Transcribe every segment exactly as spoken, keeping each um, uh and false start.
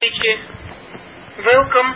Здравствуйте. Welcome.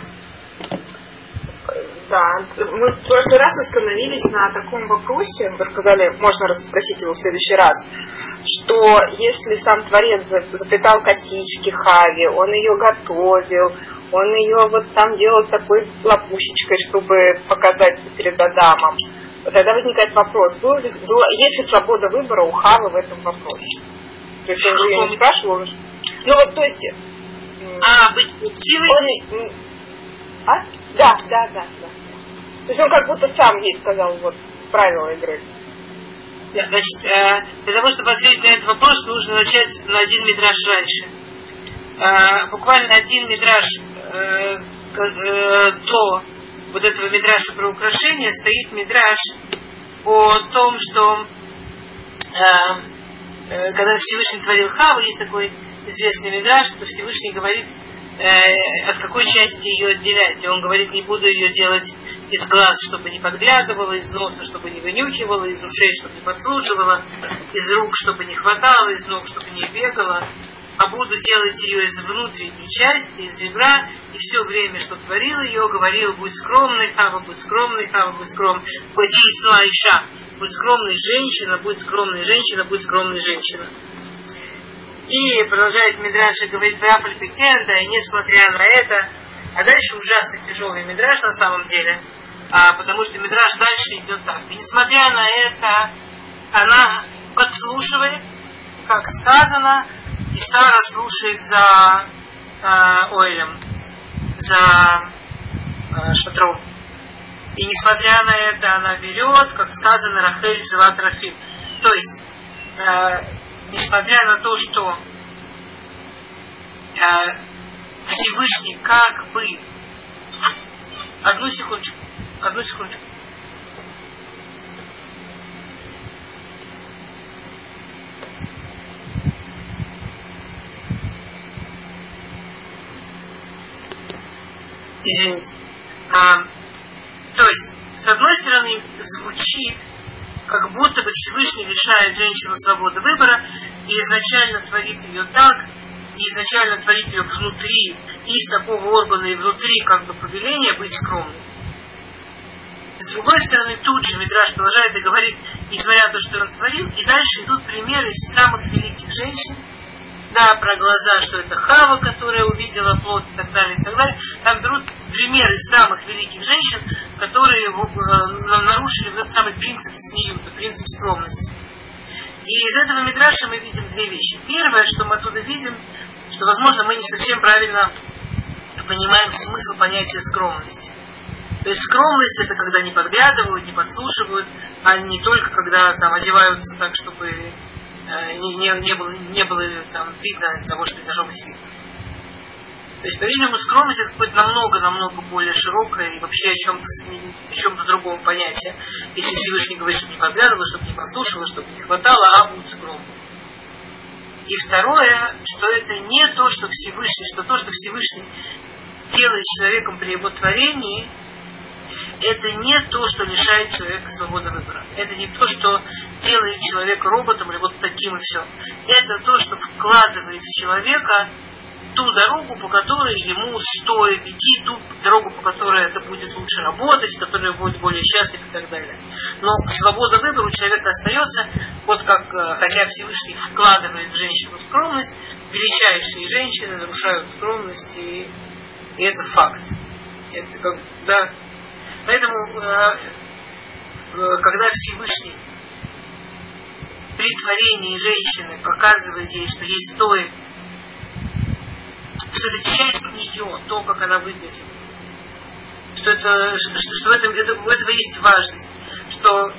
Да, мы в прошлый раз остановились на таком вопросе, вы сказали, можно расспросить его в следующий раз, что если сам Творец заплетал косички Хаве, он ее готовил, он ее вот там делал такой лопушечкой, чтобы показать перед Адамом, тогда возникает вопрос, был ли, была, есть ли свобода выбора у Хавы в этом вопросе? То есть он ее не спрашивал? Ну вот, то есть... А, быть силой? Он... А? Да, да, да, да. То есть он как будто сам ей сказал вот правила игры. Да, значит, э, для того, чтобы ответить на этот вопрос, нужно начать на один мидраш раньше. Э, буквально один мидраш э, э, до вот этого мидраша про украшения стоит мидраш о том, что э, э, когда Всевышний творил Хаву, есть такой известный мидраш, что Всевышний говорит, э, от какой части ее отделять. И он говорит, не буду ее делать из глаз, чтобы не подглядывала, из носа, чтобы не вынюхивала, из ушей, чтобы не подслушивала, из рук, чтобы не хватала, из ног, чтобы не бегала, а буду делать ее из внутренней части, из ребра, и все время, что творил ее, говорил, будь скромной, Хава, будь скромной, Хава, будь скромной, ходи и сну Айша, будь скромной женщина, будь скромной женщина, будь скромной женщина. И продолжает Мидраш и говорит, Вафаль Пикен, да, и несмотря на это, а дальше ужасно тяжелый Мидраш на самом деле, а, потому что Мидраш дальше идет так. И несмотря на это, она подслушивает, как сказано, и Сара слушает за э, Ойлем, за э, шатром. И несмотря на это, она берет, как сказано, Рахель взяла Трофим. То есть, э, несмотря на то, что э, Всевышний как бы... Одну секундочку. Одну секундочку. Извините. А, то есть, с одной стороны, звучит, как будто бы Всевышний лишает женщину свободы выбора и изначально творит ее так, и изначально творит ее внутри, из такого органа и внутри как бы повеления быть скромной. С другой стороны, тут же Мидраш продолжает и говорит, несмотря на то, что он творил, и дальше идут примеры из самых великих женщин, да, про глаза, что это Хава, которая увидела плод и так далее, и так далее. Там берут примеры самых великих женщин, которые нарушили вот этот самый принцип снию, принцип скромности. И из этого Мидраша мы видим две вещи. Первое, что мы оттуда видим, что, возможно, мы не совсем правильно понимаем смысл понятия скромности. То есть скромность это когда не подглядывают, не подслушивают, а не только когда там одеваются так, чтобы э, не, не, не было, не было там видно того, что должно быть видно. То есть, по-видимому, скромность это какое-то намного-намного более широкое и вообще о чем-то, о чем-то другом понятии. Если Всевышний говорит, чтобы не подглядывала, чтобы не послушала, чтобы не хватало, а будь скромным. И второе, что это не то, что Всевышний, что то, что Всевышний делает с человеком при его творении, это не то, что лишает человека свободы выбора. Это не то, что делает человека роботом или вот таким и все. Это то, что вкладывает в человека ту дорогу, по которой ему стоит идти, ту дорогу, по которой это будет лучше работать, которая будет более счастлив и так далее. Но свобода выбора у человека остается, вот как, хотя Всевышний вкладывает в женщину скромность, величайшие женщины нарушают скромность, и, и это факт. Это как, да. Поэтому, когда Всевышний при творении женщины показывает ей, что ей стоит, что это часть нее, то, как она выглядит, что, это, что, что в, этом, это, в этого есть важность, что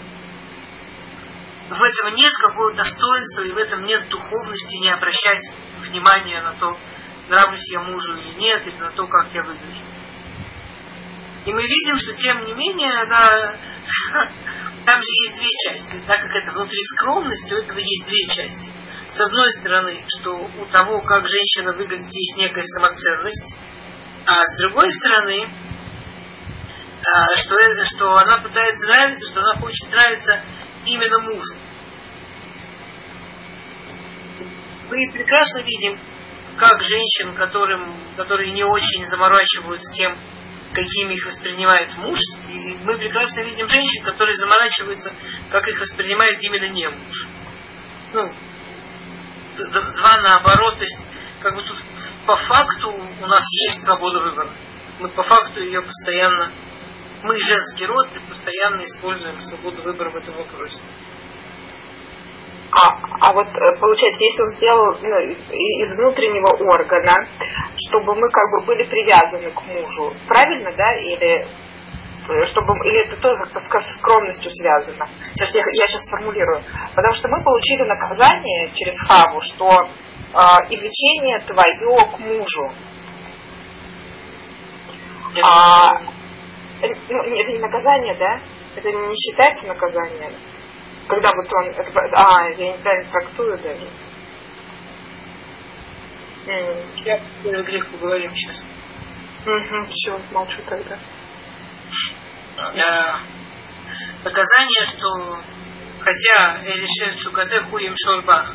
в этом нет какого-то достоинства и в этом нет духовности не обращать внимания на то, нравлюсь я мужу или нет, или на то, как я выгляжу. И мы видим, что тем не менее, да, там же есть две части, так как это внутри скромности, у этого есть две части. С одной стороны, что у того, как женщина выглядит, есть некая самоценность, а с другой стороны, что, что она пытается нравиться, что она хочет нравиться именно мужу. Мы прекрасно видим, как женщин, которым, которые не очень заморачиваются тем, какими их воспринимает муж, и мы прекрасно видим женщин, которые заморачиваются, как их воспринимает именно не муж. Ну, два наоборот, то есть, как бы тут по факту у нас есть свобода выбора. Мы по факту ее постоянно, мы женский род, и постоянно используем свободу выбора в этом вопросе. А, а вот получается, если он сделал ну, из внутреннего органа, чтобы мы как бы были привязаны к мужу, правильно, да? Или чтобы или это тоже как-то со скромностью связано? Сейчас я, я сейчас сформулирую. Потому что мы получили наказание через Хаву, что э, и влечение твое к мужу. А, ну, это не наказание, да? Это не считается наказанием? Когда вот он... Это, а, я неправильно трактую даже. Mm. Я про грех поговорим сейчас. Угу, все, молчу тогда. А, наказание, что хотя Элишер Чукате Хуим Шорбах.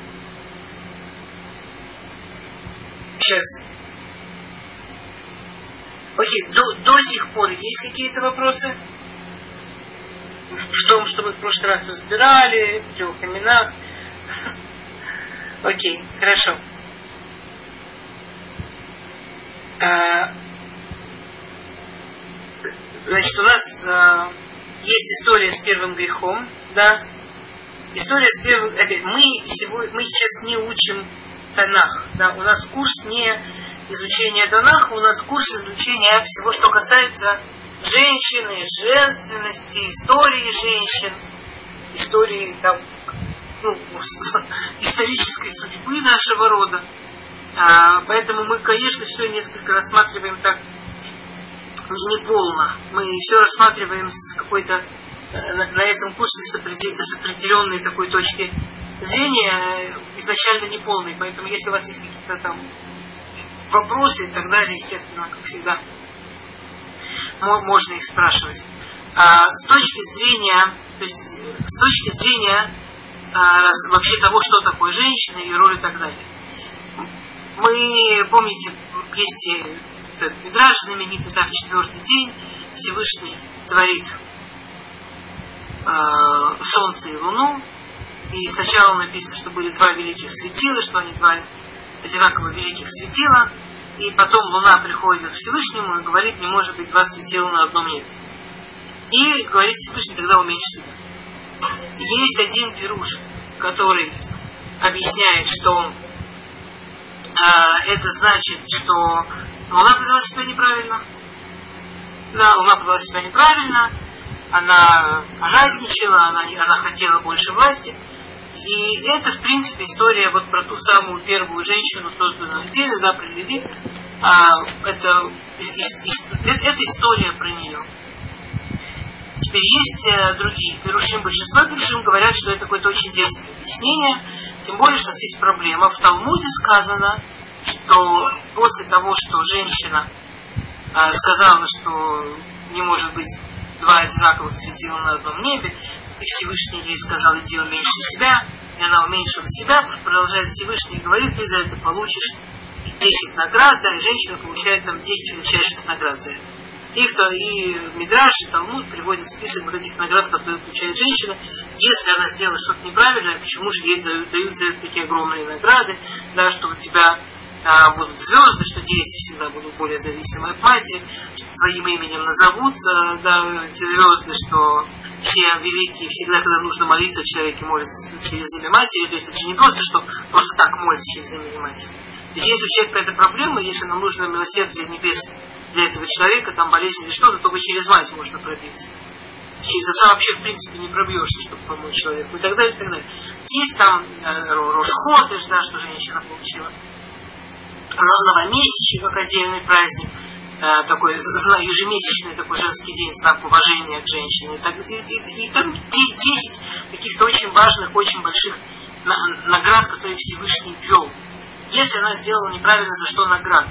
Сейчас. Окей, до, до сих пор есть какие-то вопросы? В том, что мы в прошлый раз разбирали, в трех именах. Окей, хорошо. А, значит, у нас а, есть история с первым грехом, да? История с первым... Опять, мы, сегодня, мы сейчас не учим Танах, да? У нас курс не изучения Танаха, у нас курс изучения всего, что касается женщины, женственности, истории женщин, истории там, ну, исторической судьбы нашего рода. А, поэтому мы, конечно, все несколько рассматриваем так не полно. Мы все рассматриваем с какой-то на, на этом курсе с, определ, с определенной такой точки зрения, изначально неполной. Поэтому если у вас есть какие-то там вопросы и так далее, естественно, как всегда, можно их спрашивать. А, с точки зрения, то есть, с точки зрения а, раз, вообще того, что такое женщина, ее роль и так далее. Мы, помните, есть этот мидраш знаменитый, да, в четвертый день Всевышний творит а, солнце и луну, и сначала написано, что были два великих светила, что они два одинаково великих светила, и потом Луна приходит к Всевышнему и говорит, не может быть два светила на одном небе. И говорит Всевышний, тогда уменьши себя. Есть один пируш, который объясняет, что а, это значит, что Луна повела себя неправильно. Да, Луна повела себя неправильно, она жадничала, она, она хотела больше власти. И это, в принципе, история вот про ту самую первую женщину, созданную в деле, да, про Леви. А, это, это история про нее. Теперь есть э, другие пирушим. Большинство пирушим говорят, что это какое-то очень детское объяснение. Тем более, что у нас есть проблема. В Талмуде сказано, что после того, что женщина э, сказала, что не может быть два одинаковых светила на одном небе, и Всевышний ей сказал, иди уменьши себя, и она уменьшила себя, продолжает Всевышний и говорит, ты за это получишь десять наград, да, и женщина получает там десять величайших наград за это. И, и Мидраш, и Талмуд приводит список вот этих наград, которые получает женщина. Если она сделала что-то неправильное, почему же ей дают за это такие огромные награды, да, что у тебя а, будут звезды, что дети всегда будут более зависимы от матери, что твоим именем назовутся, да, эти звезды, что все великие, всегда, когда нужно молиться, человек молится через имя матери, то есть это же не просто, что просто так молится через имя матери. То есть если у человека какая-то проблема, если нам нужно милосердие небес для этого человека, там болезнь или что-то, только через мать можно пробиться. Через отца вообще в принципе не пробьешься, чтобы помочь человеку и так далее, и так далее. Есть там э, Рошходыш, да, что женщина получила. Новомесячный, как отдельный праздник, э, такой ежемесячный такой женский день, знак уважения к женщине. И, так, и, и, и там десять каких-то очень важных, очень больших на, наград, которые Всевышний ввел. Если она сделала неправильно, за что награда?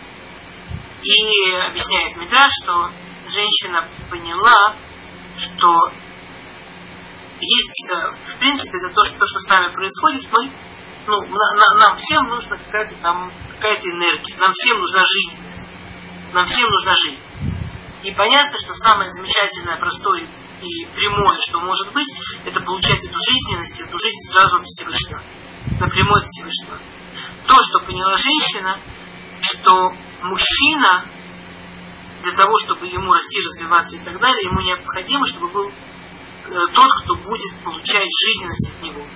И объясняет Мидраш, что женщина поняла, что есть, в принципе, за то, что, то, что с нами происходит, мы, ну, на, на, нам всем нужно какая-то там какая-то энергия. Нам всем нужна жизненность. Нам всем нужна жизнь. И понятно, что самое замечательное, простое и прямое, что может быть, это получать эту жизненность, эту жизнь сразу от Всевышнего. Напрямую от Всевышнего. То, что поняла женщина, что мужчина, для того, чтобы ему расти, развиваться и так далее, ему необходимо, чтобы был тот, кто будет получать жизненность от него.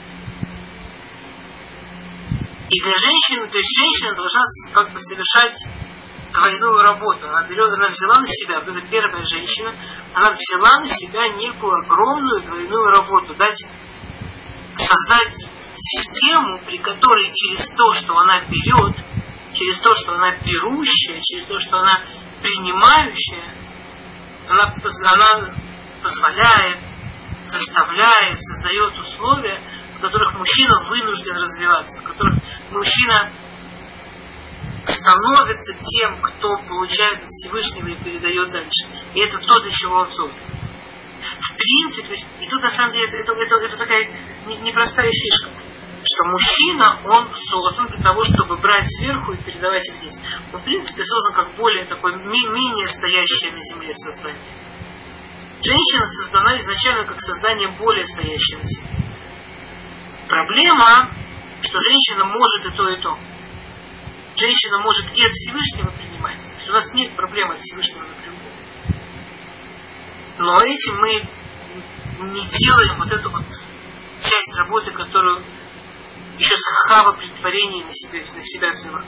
И для женщины, то есть женщина должна как бы совершать двойную работу. Она берет, она взяла на себя, вот эта первая женщина, она взяла на себя некую огромную двойную работу, дать, создать систему, при которой через то, что она берет, через то, что она берущая, через то, что она принимающая, она, она позволяет, заставляет, создает условия, в которых мужчина вынужден развиваться, в которых мужчина становится тем, кто получает от Всевышнего и передает дальше. И это то, для чего он создан. В принципе, и тут на самом деле это, это, это такая непростая фишка, что мужчина, он создан для того, чтобы брать сверху и передавать вниз. Он, в принципе, создан как более такое, менее стоящее на земле создание. Женщина создана изначально как создание более стоящее на земле. Проблема, что женщина может и то, и то. Женщина может и от Всевышнего принимать. То есть у нас нет проблем от Всевышнего напрямую. Но этим мы не делаем вот эту вот часть работы, которую еще с хава притворения на себя, на себя взяла.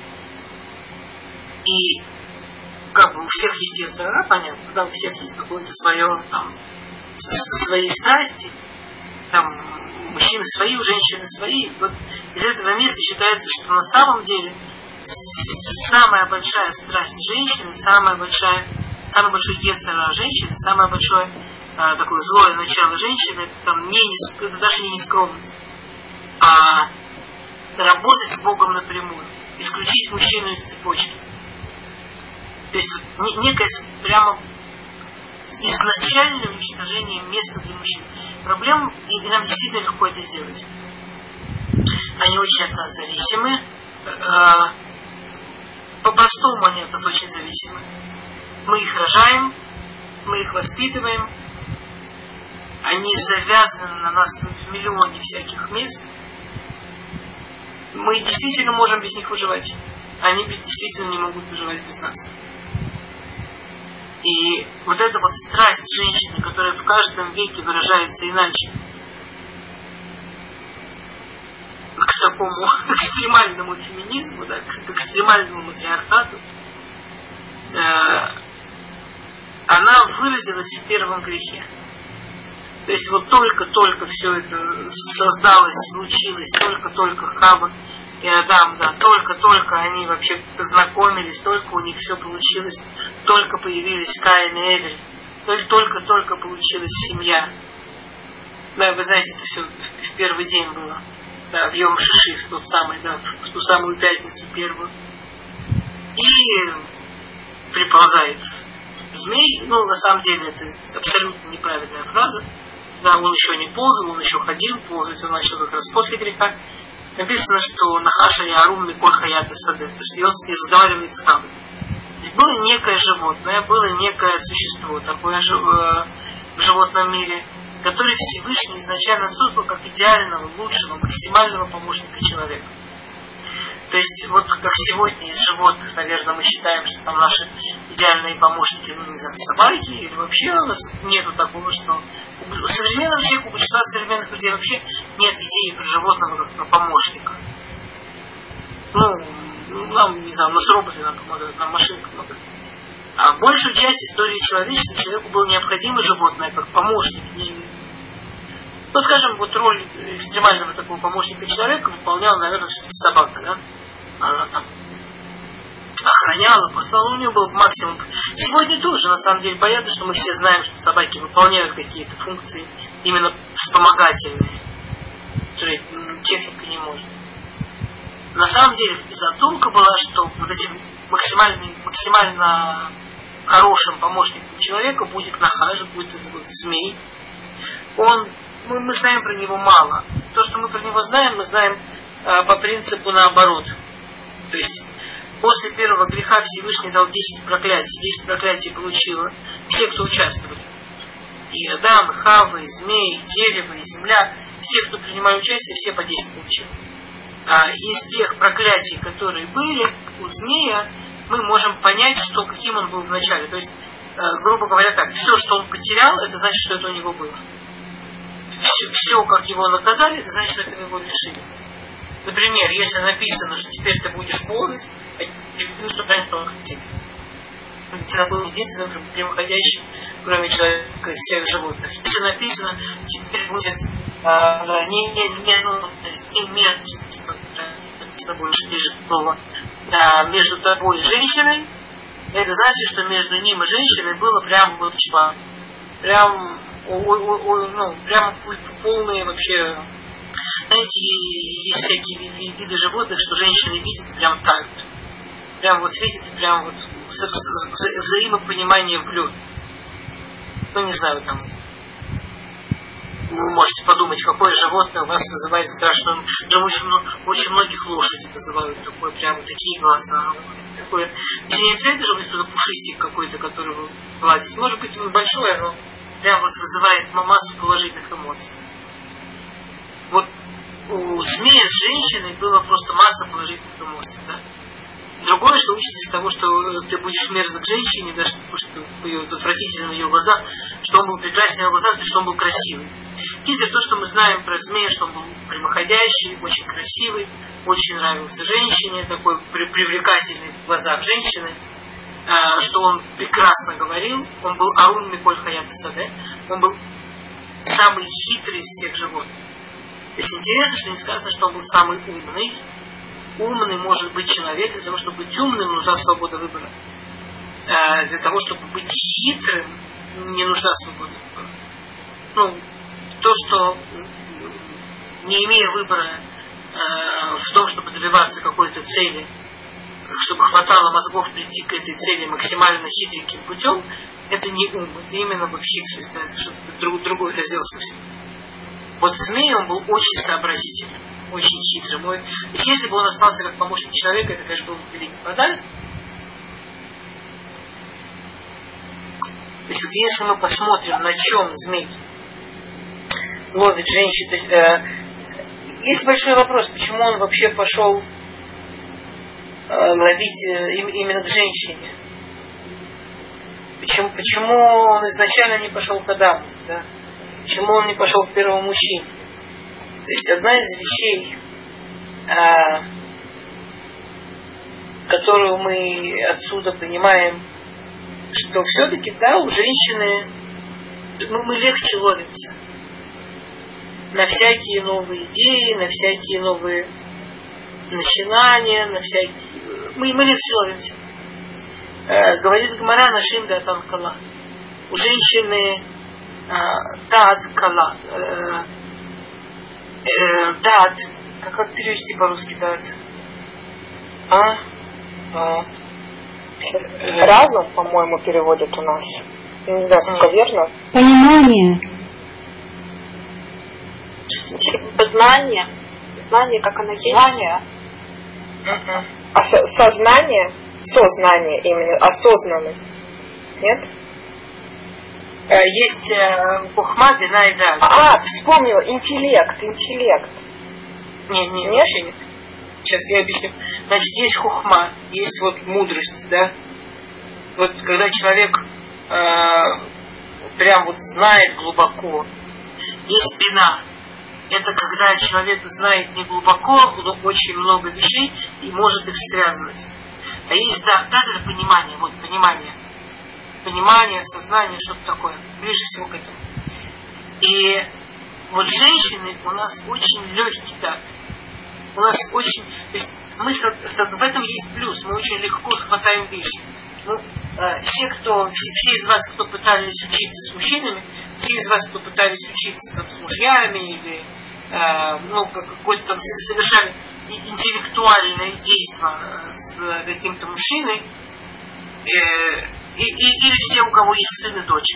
И как бы у всех есть яцер-ара, понятно, да, у всех есть какое-то свое, там, свои страсти, там, мужчины свои, у женщины свои. Вот из этого места считается, что на самом деле самая большая страсть женщины, самая большая, самый большой яцер-ара женщины, самое большое а, такое злое начало женщины, это, там, не, не, это даже не нескромность, а работать с Богом напрямую, исключить мужчину из цепочки. То есть некое прямо изначальное уничтожение места для мужчин. Проблем, и, и нам действительно легко это сделать. Они очень от нас зависимы. По-простому они от нас очень зависимы. Мы их рожаем, мы их воспитываем. Они завязаны на нас в миллионе всяких мест. Мы действительно можем без них выживать. Они действительно не могут выживать без нас. И вот эта вот страсть женщины, которая в каждом веке выражается иначе, к такому экстремальному феминизму, да, к экстремальному матриархату, э, она выразилась в первом грехе. То есть вот только-только все это создалось, случилось, только-только Хава и Адам, да, только-только они вообще познакомились, только у них все получилось, только появились Каин и Эвель, то есть только-только получилась семья. Да, вы знаете, это все в первый день было, да, в Йом Шиши, в тот самый, да, в ту самую пятницу первую. И приползает змей, ну, на самом деле, это абсолютно неправильная фраза. Да, он еще не ползал, он еще ходил, ползать он начал как раз после греха. Написано, что Нахаша и Арум Миколь Хаят и Саде, и он не разговаривает с Хавой. То есть было некое животное, было некое существо такое же в животном мире, которое Всевышний изначально создал как идеального, лучшего, максимального помощника человека. То есть, вот как сегодня из животных, наверное, мы считаем, что там наши идеальные помощники, ну, не знаю, собаки, или вообще у нас нету такого, что у современных человек, у большинства современных людей вообще нет идеи про животного как про помощника. Ну, нам, не знаю, у нас роботы нам помогают, нам машины помогают. А большую часть истории человечества человеку было необходимо животное как помощник. Ну, скажем, вот роль экстремального такого помощника человека выполняла, наверное, все-таки собака, да? Она там охраняла, просто у нее был максимум. Сегодня тоже, на самом деле, понятно, что мы все знаем, что собаки выполняют какие-то функции именно вспомогательные, которые техника не может. На самом деле, задумка была, что вот этим максимально, максимально хорошим помощником человека будет нахаж, будет этот вот змей. Он, мы, мы знаем про него мало. То, что мы про него знаем, мы знаем э, по принципу наоборот. То есть после первого греха Всевышний дал десять проклятий. десять проклятий получило все, кто участвовали. И Адам, и Хава, и змеи, и дерево, и земля. Все, кто принимали участие, все по десять получили. А из тех проклятий, которые были у змея, мы можем понять, что, каким он был в начале. То есть, грубо говоря, так, все, что он потерял, это значит, что это у него было. Все, все, как его наказали, это значит, что это его лишили. Например, если написано, что теперь ты будешь ползать, ну, что правильно хотеть. Это был единственным прямоходящим, кроме человека, из всех животных. Если написано, теперь будет а, не, не, не, ну, не между тобой, да, между тобой и женщиной, это значит, что между ним и женщиной было прям вот чпа. Прям, о, о, о, ну, прям полные вообще. Знаете, есть всякие виды животных, что женщины видят и прям тают. Прям вот видят и прям вот вза- вза- взаимопонимание в лед. Ну, не знаю, там. Вы можете подумать, какое животное у вас вызывает страшно. Очень, очень многих лошади вызывают такое, прям такие глаза. Такое. Если не обязательно же быть кто-то пушистик какой-то, который вы гладите. Может быть, он большой, но прям вот вызывает массу положительных эмоций. Вот у змея с женщиной было просто масса положительных эмоций, да? Другое, что учится из того, что ты будешь мерзок к женщине, даже потому что ее отвратительно в ее глазах, что он был прекрасен в ее глазах, что он был красивый. Если то, что мы знаем про змея, что он был прямоходящий, очень красивый, очень нравился женщине, такой привлекательный в глазах женщины, что он прекрасно говорил, он был Арун Миколь Хаят Саде, он был самый хитрый из всех животных. То есть интересно, что не сказано, что он был самый умный. Умный может быть человек, для того, чтобы быть умным, нужна свобода выбора. А для того, чтобы быть хитрым, не нужна свобода выбора. Ну, то, что не имея выбора э, в том, чтобы добиваться какой-то цели, чтобы хватало мозгов прийти к этой цели максимально хитреньким путем, это не ум, это именно вот хитрость, да, это что-то друг, другой раздел совсем. Вот змей, он был очень сообразительным, очень хитрым. То есть, если бы он остался как помощник человека, это, конечно, был бы великий подарок. То есть, вот если мы посмотрим, на чем змей ловит женщин, то есть, э, есть большой вопрос, почему он вообще пошел э, ловить э, именно к женщине. Почему, почему он изначально не пошел к Адаму, да? Почему он не пошел к первому мужчине? То есть одна из вещей, э, которую мы отсюда понимаем, что все-таки, да, у женщины мы, мы легче ловимся на всякие новые идеи, на всякие новые начинания, на всякие... Мы, мы легче ловимся. Э, говорит Гмара Нашим да Танкала. У женщины э, дат кала. Э, э, дат. Как, как перевести по-русски дат? А? А. Разум, по-моему, переводят у нас. Не знаю, сколько верно. Понимание. Типа знание. Знание, как оно есть. Знание. А со- сознание, сознание именно, осознанность. Нет? Есть хухма, бина и да. А, вспомнила, интеллект, интеллект. Не, не, нет? вообще нет. Сейчас я объясню. Значит, есть хухма, есть вот мудрость, да. Вот когда человек э, прям вот знает глубоко. Есть бина. Это когда человек знает не глубоко, но очень много вещей и может их связывать. А есть да, да, это понимание, вот понимание. Понимание, сознание, что-то такое. Ближе всего к этому. И вот женщины у нас очень легкий дат. У нас очень... То есть мы, в этом есть плюс. Мы очень легко хватаем вещи. Ну, э, все, кто, все, все из вас, кто пытались учиться с мужчинами, все из вас, кто пытались учиться там, с мужьями или э, ну, какое-то там совершали интеллектуальное действие с каким-то мужчиной, э, и, и, или все, у кого есть сын и дочь.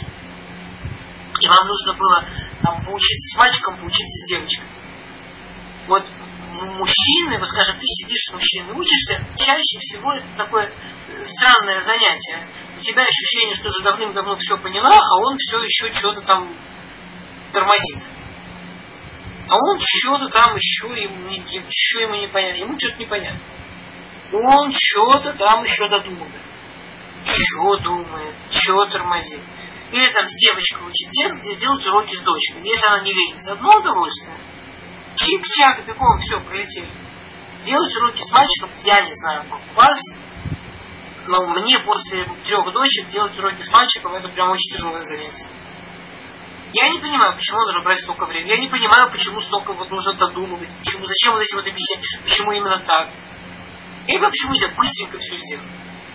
И вам нужно было там, поучиться с мальчиком, поучиться с девочкой. Вот мужчины, вот скажем, ты сидишь с мужчиной, учишься, чаще всего это такое странное занятие. У тебя ощущение, что уже давным-давно все поняла, а он все еще что-то там тормозит. А он что-то там еще ему не, еще ему не понятно, ему что-то не понятно. Он что-то там еще додумывает. Что думает, что тормозит. Или там с девочкой учит делать, делать уроки с дочкой. Если она не ленится, одно удовольствие. Чик-чак, бегом, все, пролетели. Делать уроки с мальчиком, я не знаю, как у вас, но мне после трех дочек делать уроки с мальчиком, это прям очень тяжелое занятие. Я не понимаю, почему нужно брать столько времени. Я не понимаю, почему столько вот нужно додумывать. Почему, зачем вот эти вот объяснения, почему именно так. Я не понимаю, почему нельзя быстренько все сделать.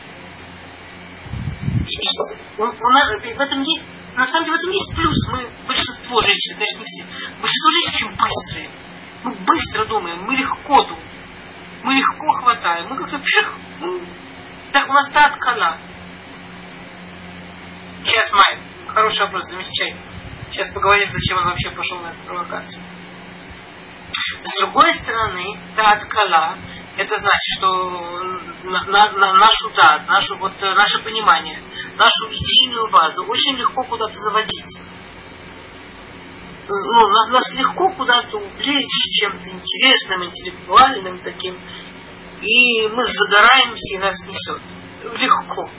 И, у, у нас, в этом есть, на самом деле в этом есть плюс. Мы, большинство женщин, конечно не все, большинство женщин очень быстрые. Мы быстро думаем, мы легко думаем. Мы легко хватаем. Мы как-то пших, ну, да, у нас та откала. Сейчас, Майя, хороший вопрос, замечательный. Сейчас поговорим, зачем он вообще пошел на эту провокацию. С другой стороны, та откала, это значит, что на, на, на нашу дат, нашу, вот, наше понимание, нашу идейную базу очень легко куда-то заводить. Ну, нас, нас легко куда-то увлечь чем-то интересным, интеллектуальным таким, и мы загораемся, и нас несет. Легко.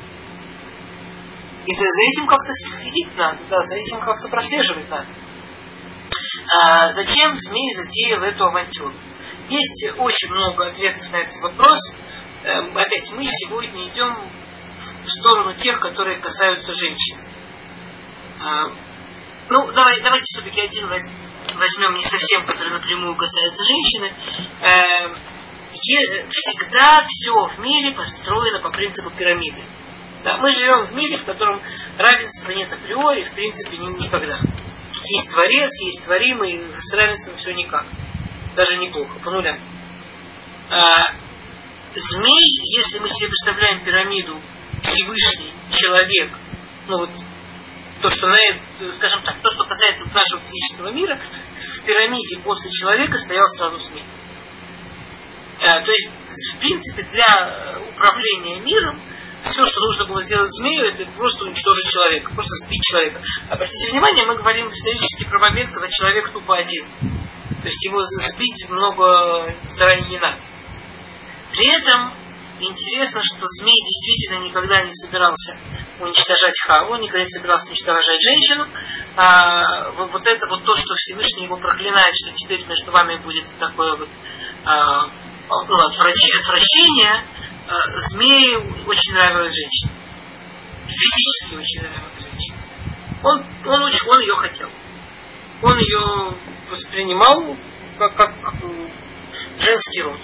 И за, за этим как-то следить надо, да, за этим как-то прослеживать надо. А зачем змей затеял эту авантюру? Есть очень много ответов на этот вопрос. Эм, опять, мы сегодня идем в сторону тех, которые касаются женщин. А, ну, давай, давайте все-таки один возьмем не совсем, который напрямую касается женщины. Эм, всегда все в мире построено по принципу пирамиды. Да, мы живем в мире, в котором равенства нет априори, в принципе, ни, никогда. Тут есть творец, есть творимый, с равенством все никак. Даже неплохо, по нулям. А, змей, если мы себе представляем пирамиду, Всевышний, человек, ну вот, то, что, скажем так, то, что касается нашего физического мира, в пирамиде после человека стоял сразу змей. А, то есть, в принципе, для управления миром все, что нужно было сделать змею, это просто уничтожить человека, просто сбить человека. Обратите внимание, мы говорим исторически про момент, когда человек тупо один. То есть его сбить много стараний не надо. При этом интересно, что змей действительно никогда не собирался уничтожать Хаву, никогда не собирался уничтожать женщину. А, вот это вот то, что Всевышний его проклинает, что теперь между вами будет такое вот а, ну, отвращение. Змею очень нравилась женщина. Физически очень нравилась женщина. Он, он, очень, он ее хотел. Он ее воспринимал как, как женский род.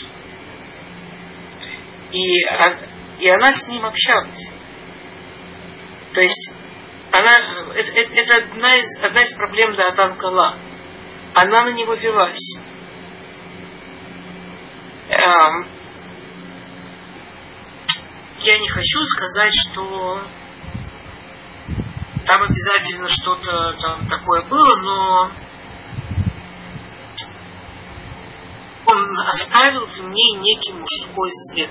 И, и она с ним общалась. То есть она, это, это, это одна, из, одна из проблем Даатан Кала. Она на него велась. Эм, Я не хочу сказать, что там обязательно что-то там такое было, но он оставил в ней некий мужской цвет.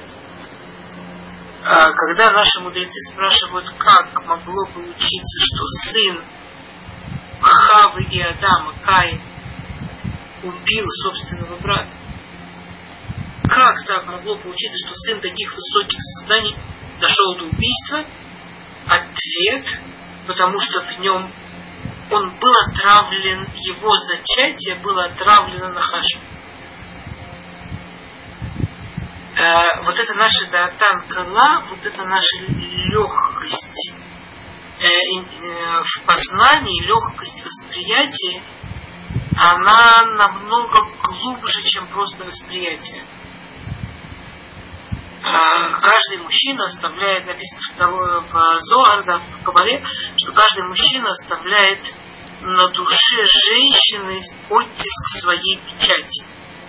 Когда наши мудрецы спрашивают, как могло получиться, что сын Хавы и Адама, Каин, убил собственного брата, как так могло получиться, что сын таких высоких созданий дошел до убийства? Ответ, потому что в нем он был отравлен, его зачатие было отравлено Нахашем. Э, вот это наша Даатан Кала, вот это наша легкость э, э, в познании, легкость восприятия, она намного глубже, чем просто восприятие. Каждый мужчина оставляет, написано в Зоар, да, в Кабале, что каждый мужчина оставляет на душе женщины оттиск своей печати.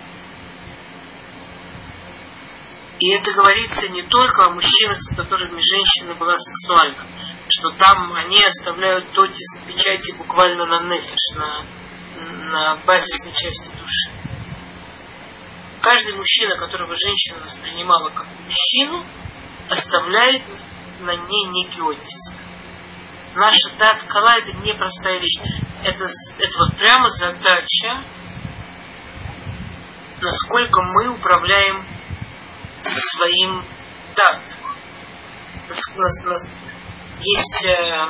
И это говорится не только о мужчинах, с которыми женщина была сексуальна, что там они оставляют оттиск печати буквально на нефиш, на, на базисной части души. каждый мужчина, которого женщина воспринимала как мужчину, оставляет на ней некий оттиск. Наша дат кала — это непростая вещь. Это, это вот прямо задача, насколько мы управляем своим дат. Есть э,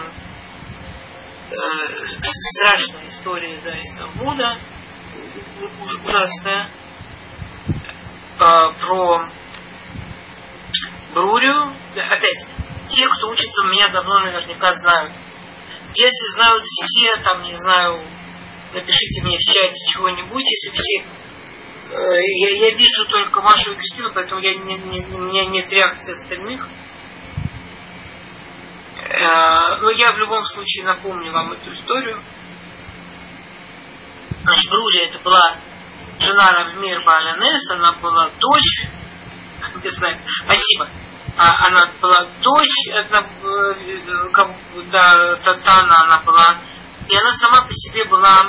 э, страшная история, да, из Талмуда, ужасная, э, про Брурию. Опять, те, кто учится у меня давно, наверняка знают. Если знают все, там, не знаю, напишите мне в чате чего-нибудь, если все. Э, я, я вижу только Машу и Кристину, поэтому я не, не, у меня нет реакции остальных. Но я в любом случае напомню вам эту историю. Значит, Брурия — это была жена Раби Меир Бааль ха-Нес, она была дочь, не знаю, спасибо, а, она была дочь, одна, да, Татана она была, и она сама по себе была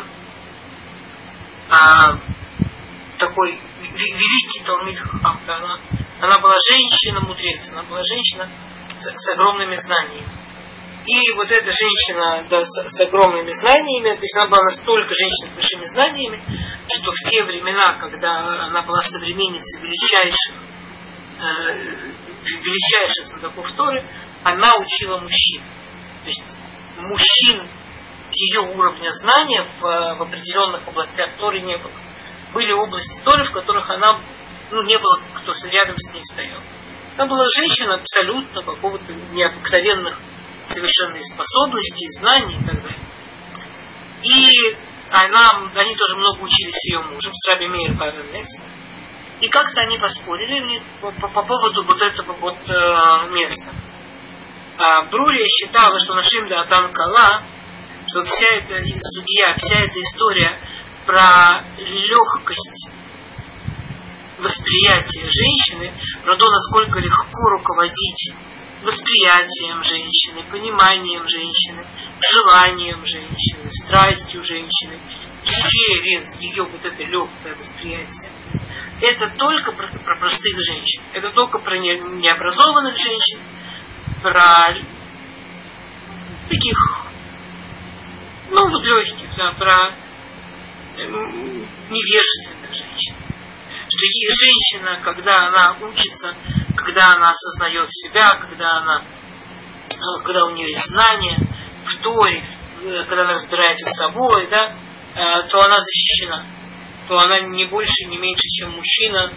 а, такой великий Талмид Хахам, да, она, она была женщина-мудрец, она была женщина с, с огромными знаниями. И вот эта женщина, да, с, с огромными знаниями, то есть она была настолько женщина с большими знаниями, что в те времена, когда она была современницей величайших, э, величайших знатоков Торы, она учила мужчин. То есть мужчин ее уровня знания в, в определенных областях Торы не было. Были области Торы, в которых она, ну, не было, кто рядом с ней стоял. Она была женщина абсолютно какого-то необыкновенных совершенные способности, знания и так далее. И она, они тоже много учились с ее мужем, с Раби Меир Бааль ха-Нес. И как-то они поспорили по, по, по поводу вот этого вот э, места. А Брурия считала, что Нашим Даатан Кала, что вся эта судья, вся эта история про легкость восприятия женщины, про то, насколько легко руководить восприятием женщины, пониманием женщины, желанием женщины, страстью женщины, через ее вот это легкое восприятие. Это только про, про простых женщин. Это только про не, необразованных женщин, про таких, ну, вот легких, да, про невежественных женщин. Что женщина, когда она учится, когда она осознает себя, когда она, когда у нее есть знания в Торе, когда она разбирается с собой, да, то она защищена, то она не больше, не меньше, чем мужчина,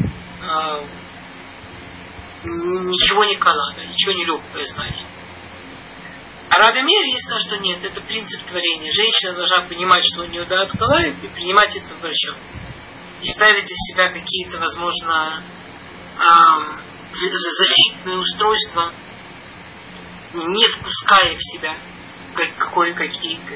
ничего не кала, да, ничего не легкое знание. А Раби Меир ей сказал, что нет, это принцип творения. Женщина должна понимать, что у нее даат кала, и принимать это в расчет. И ставить для себя какие-то, возможно, защитные устройства, не впуская в себя какое-какие. То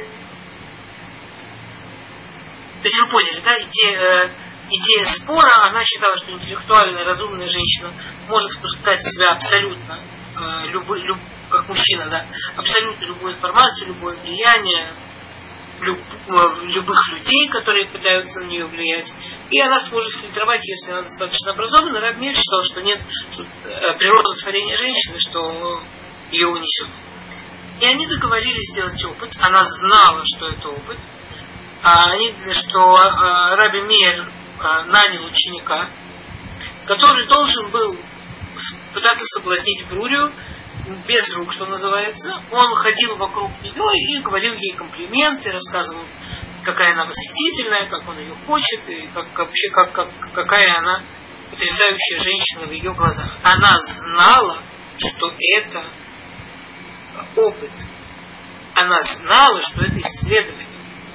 есть вы поняли, да, идея, идея спора, она считала, что интеллектуальная, разумная женщина может впускать в себя абсолютно, любой, люб, как мужчина, да, абсолютно любую информацию, любое влияние, люб, любых людей, которые пытаются на нее влиять, и она сможет фильтровать, если она достаточно образована. Раби Меир считал, что нет, что природа творения женщины, что ее унесет. И они договорились сделать опыт. Она знала, что это опыт. А они, что Раби Меир нанял ученика, который должен был пытаться соблазнить Брурию без рук, что называется. Он ходил вокруг нее и говорил ей комплименты, рассказывал, какая она восхитительная, как он ее хочет, и как, вообще как, как, какая она потрясающая женщина в ее глазах. Она знала, что это опыт. Она знала, что это исследование.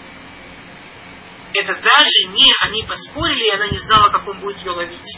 Это даже не они поспорили, и она не знала, как он будет ее ловить.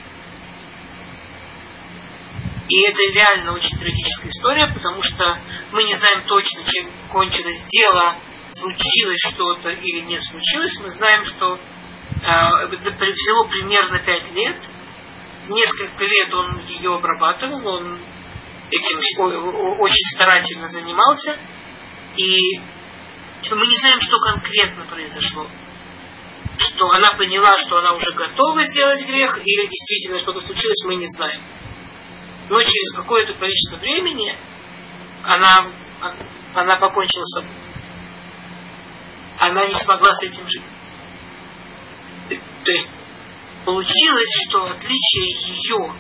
И это реально очень трагическая история, потому что мы не знаем точно, чем кончилось дело, случилось что-то или не случилось. Мы знаем, что э, это взяло примерно пять лет. Несколько лет он ее обрабатывал, он этим очень старательно занимался. И мы не знаем, что конкретно произошло. что она поняла, что она уже готова сделать грех, или действительно что-то случилось, мы не знаем. Но через какое-то количество времени она, она покончила с собой. Она не смогла с этим жить. То есть получилось, что отличие ее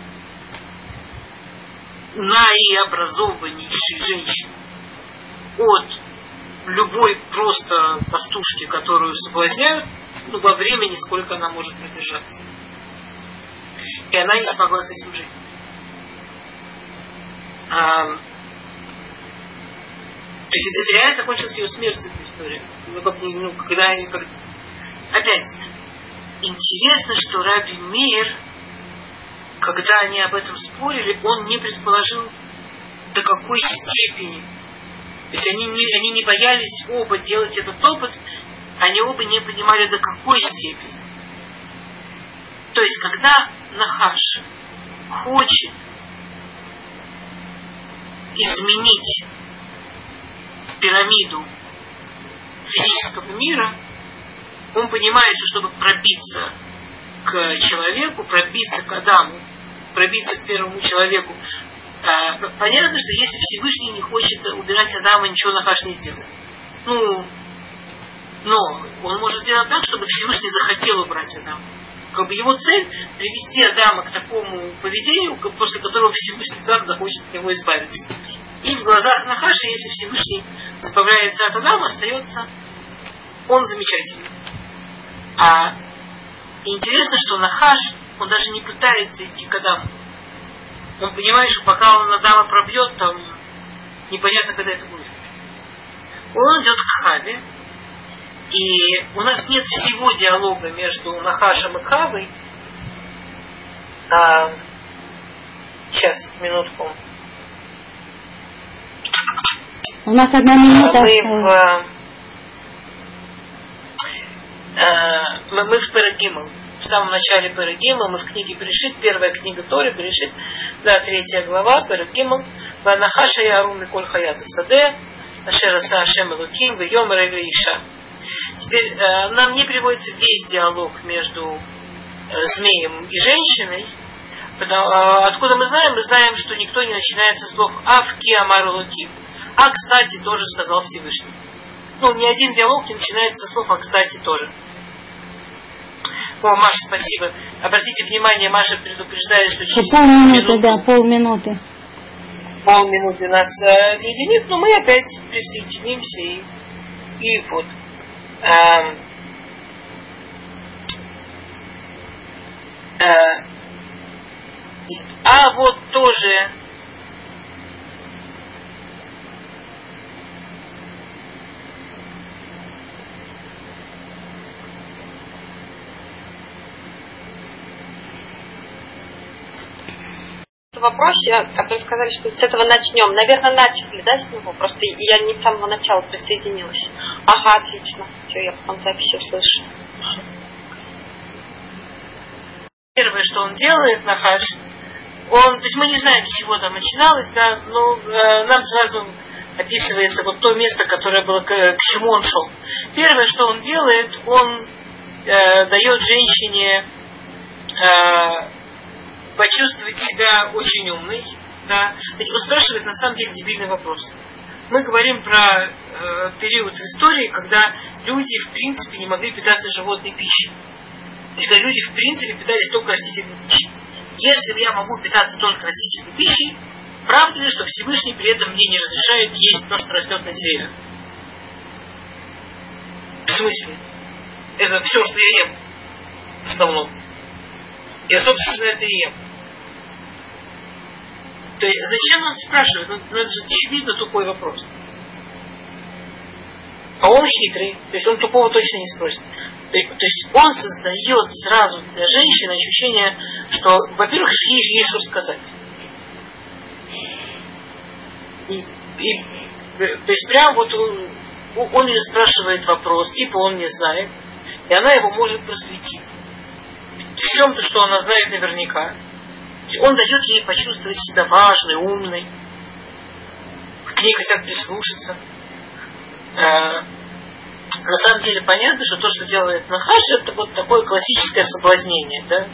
наиобразованнейшей женщины от любой просто пастушки, которую соблазняют, ну, во времени, сколько она может продержаться. И она не смогла с этим жить. А, то есть это реально закончилась ее смертью, эта история. Ну, как, ну, когда они, как... Опять, интересно, что Раби Меир, когда они об этом спорили, он не предположил, до какой степени. То есть они не, они не боялись оба делать этот опыт, они оба не понимали, до какой степени. То есть, когда Нахаш хочет изменить пирамиду физического мира, он понимает, что чтобы пробиться к человеку, пробиться к Адаму, пробиться к первому человеку, понятно, что если Всевышний не хочет убирать Адама, ничего Нахаш не сделает. Ну, но он может сделать так, чтобы Всевышний захотел убрать Адама. Как бы его цель привести Адама к такому поведению, после которого Всевышний сам захочет от него избавиться. И в глазах Нахаша, если Всевышний избавляется от Адама, остается он замечательный. А интересно, что Нахаш, он даже не пытается идти к Адаму. Он понимает, что пока он Адама пробьет, там непонятно, когда это будет. Он идет к Хаве, и у нас нет всего диалога между Нахашем и Хавой. А, сейчас, минутку. У нас одна минута. Мы в, а, мы, мы в Перегимл. В самом начале Перегимл, мы в книге Берешит, первая книга Торы, Берешит, да, третья глава, Перегимл. Ванахаша яру миколь хаят саде, ашер аса Ашем элоким, вейомер эле иша. Теперь э, нам не приводится весь диалог между э, змеем и женщиной. Потому, э, откуда мы знаем? Мы знаем, что никто не начинает со слов «Ав ки амар элоким». А, кстати, тоже сказал Всевышний. Ну, ни один диалог не начинается со слов «а, кстати, тоже». О, Маша, спасибо. Обратите внимание, Маша предупреждает, что через полминуты, минуту, да, полминуты. Полминуты нас э, отъединит, но мы опять присоединимся и, и вот. Э, э, а вот тоже В вопросе, которые сказали, что с этого начнем. Наверное, начали, да, с него? Просто я не с самого начала присоединилась. Ага, отлично. Все, я потом записи услышу. Первое, что он делает, Нахаш, он, то есть мы не знаем, с чего там начиналось, да, но э, нам сразу описывается вот то место, которое было, к, к чему он шел. Первое, что он делает, он э, дает женщине э, почувствовать себя очень умной, да. Ведь он спрашивает на самом деле дебильный вопрос. Мы говорим про э, период в истории, когда люди в принципе не могли питаться животной пищей. То есть когда люди в принципе питались только растительной пищей. Если я могу питаться только растительной пищей, правда ли, что Всевышний при этом мне не разрешает есть то, что растет на деревьях? В смысле? Это все, что я ем в основном. Я, собственно, это и ем. То есть зачем он спрашивает? Ну, это же очевидно тупой вопрос. А он хитрый, то есть он тупого точно не спросит. То есть он создает сразу для женщины ощущение, что, во-первых, ей же есть что сказать. И, и, то есть прям вот он, он ее спрашивает вопрос, типа он не знает, и она его может просветить. В чем-то, что она знает наверняка. Он дает ей почувствовать себя важной, умной. К ней хотят прислушаться. На самом деле понятно, что то, что делает Нахаш, это вот такое классическое соблазнение, да?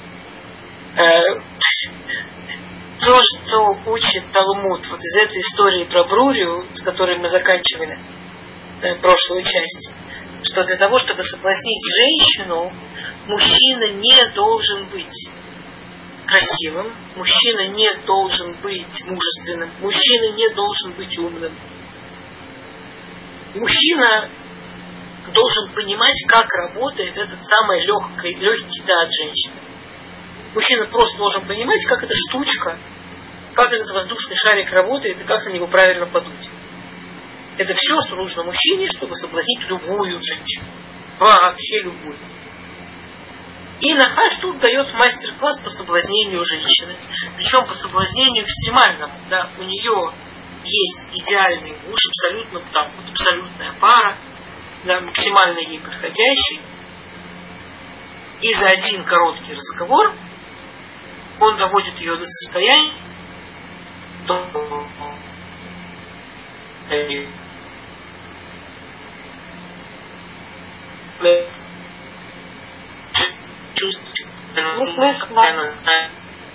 То, что учит Талмуд вот из этой истории про Брурию, с которой мы заканчивали да, прошлую часть, что для того, чтобы соблазнить женщину, мужчина не должен быть красивым, мужчина не должен быть мужественным, мужчина не должен быть умным. Мужчина должен понимать, как работает этот самый легкий, легкий да от женщины. Мужчина просто должен понимать, как эта штучка, как этот воздушный шарик работает и как на него правильно подуть. Это все, что нужно мужчине, чтобы соблазнить любую женщину. Вообще любую. И Нахаш тут дает мастер-класс по соблазнению женщины. Причем по соблазнению экстремальному. Да, у нее есть идеальный муж, абсолютно, там, вот абсолютная пара, да, максимально ей подходящий. И за один короткий разговор он доводит ее до состояния, Не слышно.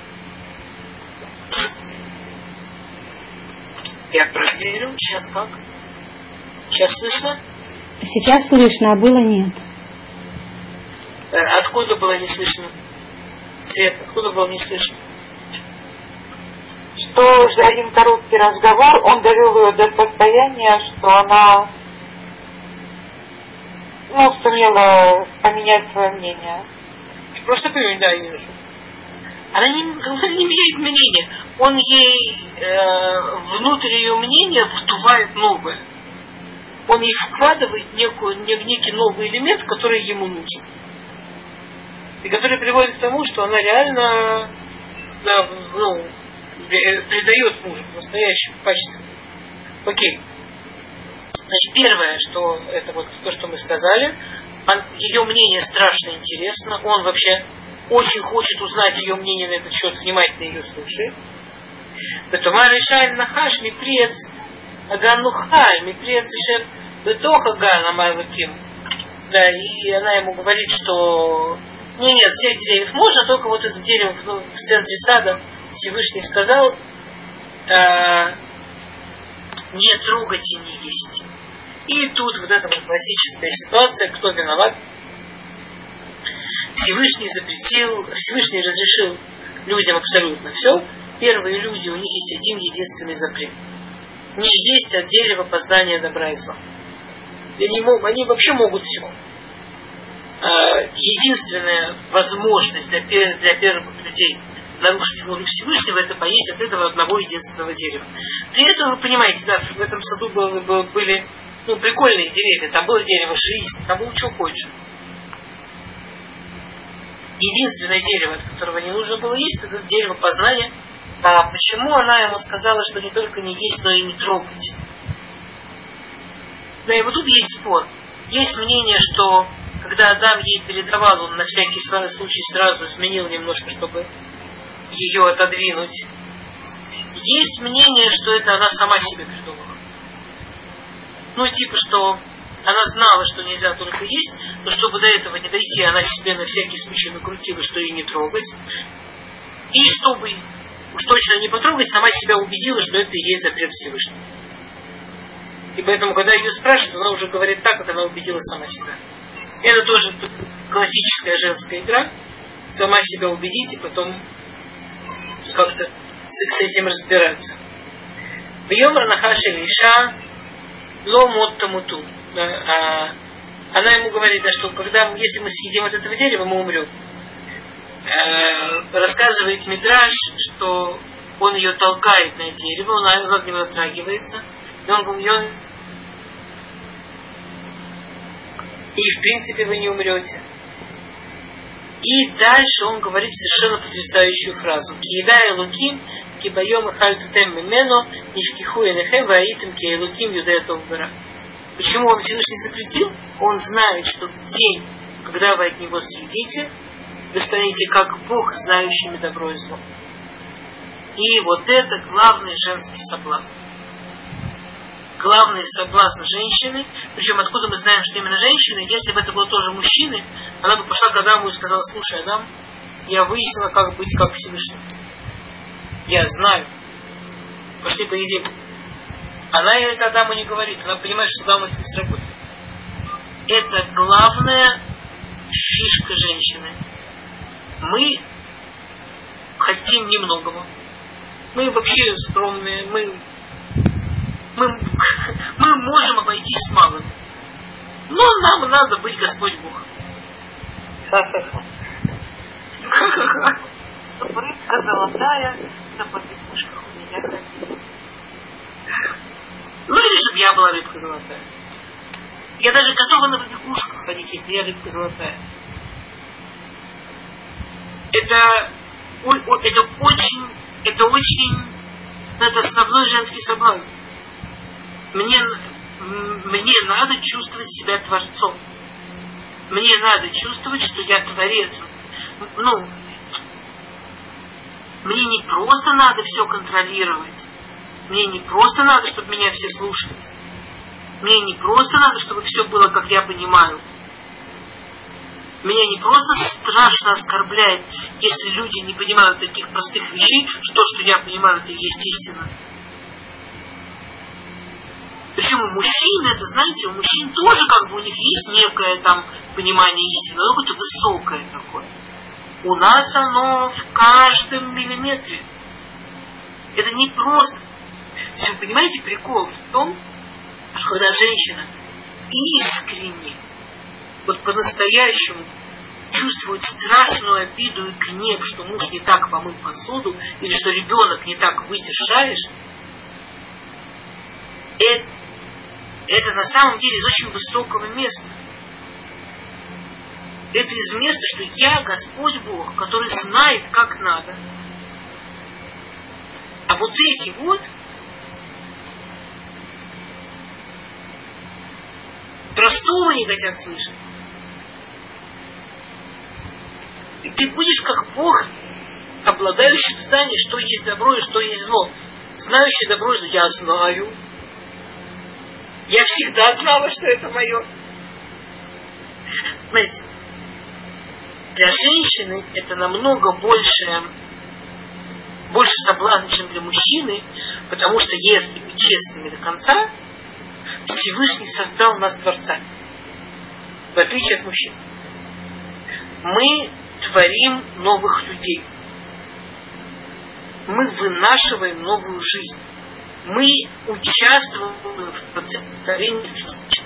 Я проверю. Сейчас как? Сейчас слышно? Сейчас слышно, а было нет. Откуда было не слышно? Свет, откуда было не слышно? Что за один короткий разговор он довел ее до состояния, что она ну, сумела поменять свое мнение. Просто поменять, да, я вижу. Она не, она не меняет мнение. Он ей э, внутрь ее мнения вдувает новое. Он ей вкладывает некую, некий новый элемент, который ему нужен. И который приводит к тому, что она реально да, ну, придает мужу настоящему качеству. Окей. Значит, первое, что это вот то, что мы сказали, он, ее мнение страшно интересно, он вообще очень хочет узнать ее мнение на этот счет, внимательно ее слушает. Поэтому решает Нахаш мипрец аганухай, мипрец ишер бетох аган амайлаким. Да, и она ему говорит, что нет, нет, всех деревьев можно, только вот это дерево ну, в центре сада Всевышний сказал э, не трогать и не есть. И тут вот эта вот классическая ситуация, кто виноват. Всевышний запретил, Всевышний разрешил людям абсолютно все. Первые люди, у них есть один единственный запрет. Не есть от дерева познания добра и зла. Они, они вообще могут все. Единственная возможность для, для первых людей нарушить волю Всевышнего, это поесть от этого одного единственного дерева. При этом, вы понимаете, да, в этом саду было, были ну, прикольные деревья. Там было дерево жизни, там было что хочешь. Единственное дерево, от которого не нужно было есть, это дерево познания. А почему она ему сказала, что не только не есть, но и не трогать? Да, и вот тут есть спор. Есть мнение, что когда Адам ей передавал, он на всякий случай сразу изменил немножко, чтобы ее отодвинуть. Есть мнение, что это она сама себе придумала. Ну, типа, что она знала, что нельзя только есть, но чтобы до этого не дойти, она себе на всякий случай накрутила, что ее не трогать. И чтобы уж точно не потрогать, сама себя убедила, что это и есть запрет Всевышнего. И поэтому, когда ее спрашивают, она уже говорит так, как она убедила сама себя. Это тоже классическая женская игра. Сама себя убедить и потом как-то с этим разбираться. Бьемра нахаши лиша ло мот тамуту. Она ему говорит, да, что когда, если мы съедим от этого дерева, мы умрем. Рассказывает Мидраш, что он ее толкает на дерево, он от него затрагивается. И он, и он и в принципе вы не умрете. И дальше он говорит совершенно потрясающую фразу. Киеда элуким, кибайом и хальтутем мимено, нишкиху энехем, ваитим ки элуким юдеятов гора. Почему он Всевышний запретил? Он знает, что в день, когда вы от него съедите, вы станете как Бог, знающими добро и зло. И вот это главный женский соблазн. главный соблазн женщины, причем откуда мы знаем, что именно женщины, если бы это было тоже мужчины, она бы пошла к Адаму и сказала: слушай, Адам, я выяснила, как быть как Всевышний. Я знаю. Пошли поедим. Она это Адаму не говорит, она понимает, что Адаму это не сработает. Это главная фишка женщины. Мы хотим немногого. Мы вообще скромные, мы, мы, мы можем обойтись с малым. Но нам надо быть Господь Бог. Ха-ха-ха. Ха-ха-ха. Чтобы рыбка золотая на побегушках у меня ходила. Ну или чтобы я была рыбка золотая. Я даже готова на побегушках ходить, если я рыбка золотая. Это, это очень, это очень, это основной женский соблазн. Мне, мне надо чувствовать себя творцом. Мне надо чувствовать, что я творец. Ну, мне не просто надо все контролировать. Мне не просто надо, чтобы меня все слушались. Мне не просто надо, чтобы все было, как я понимаю. Меня не просто страшно оскорбляет, если люди не понимают таких простых вещей, что то, что я понимаю, это и есть истина. Причем у мужчин, это, знаете, у мужчин тоже как бы у них есть некое там понимание истины, но какое-то высокое такое. У нас оно в каждом миллиметре. Это не просто. То есть вы понимаете, прикол в том, что когда женщина искренне, вот по-настоящему чувствует страшную обиду и гнев, что муж не так помыл посуду, или что ребенок не так вытер шалиш, это, это на самом деле из очень высокого места. Это из места, что я Господь Бог, который знает, как надо. А вот эти вот простого не хотят слышать. И ты будешь как Бог, обладающий знанием, что есть добро и что есть зло. Знающий добро и зло. Я знаю. Я всегда знала, что это мое. Знаете, для женщины это намного больше, больше соблазн, чем для мужчины, потому что, если быть честными до конца, Всевышний создал нас творцами, в отличие от мужчин. Мы творим новых людей. Мы вынашиваем новую жизнь. Мы участвуем в процессе творения физически.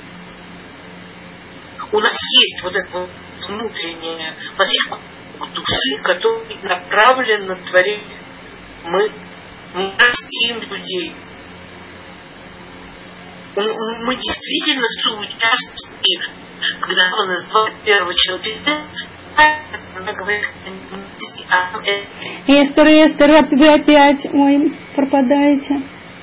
У нас есть вот это вот внутреннее, у нас есть души, которые направлены на творение. Мы, мы растим людей. Мы действительно соучастники, когда он назвал первого человека, она говорит: Эстер, Эстер, вы опять, ой, пропадаете.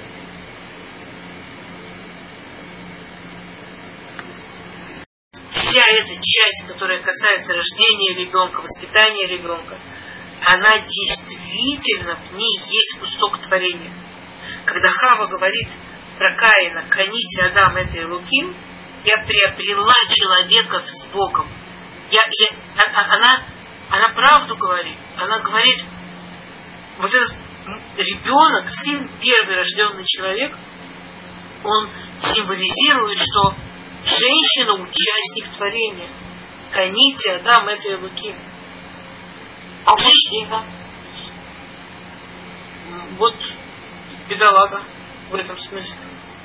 Вся эта часть, которая касается рождения ребенка, воспитания ребенка, она действительно, в ней есть кусок творения. Когда Хава говорит про Каина: «Коните Адам это Элоким», я приобрела человека с Богом. Я, я, она, она правду говорит. Она говорит, вот этот ребенок, сын, первый рожденный человек, он символизирует, что женщина участник творения. Коните Адам это Элоким. А мужчина? Вот бедолага в этом смысле.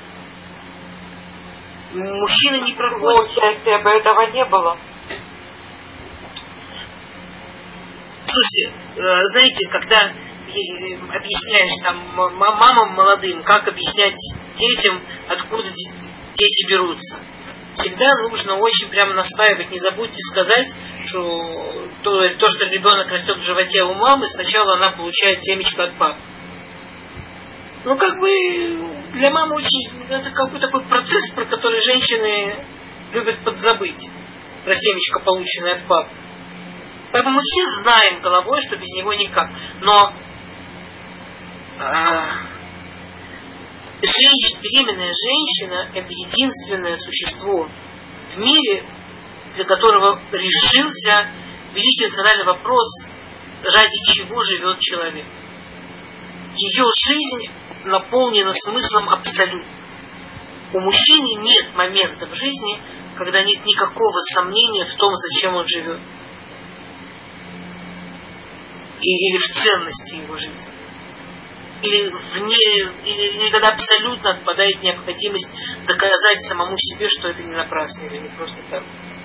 Мужчина не проходит. Участия бы этого не было. Слушайте, знаете, когда объясняешь там мамам молодым, как объяснять детям, откуда дети берутся, всегда нужно очень прямо настаивать. Не забудьте сказать, что то, то что ребенок растет в животе у мамы, сначала она получает семечко от папы. Ну, как бы, для мамы очень, это какой-то такой процесс, про который женщины любят подзабыть, про семечко, полученное от папы. Поэтому мы все знаем головой, что без него никак. Но э, женщина, беременная женщина – это единственное существо в мире, для которого решился великий национальный вопрос, ради чего живет человек. Ее жизнь наполнена смыслом абсолютно. У мужчины нет момента в жизни, когда нет никакого сомнения в том, зачем он живет. Или в ценности его жизни. Или, вне, или, или когда абсолютно отпадает необходимость доказать самому себе, что это не напрасно или не просто так.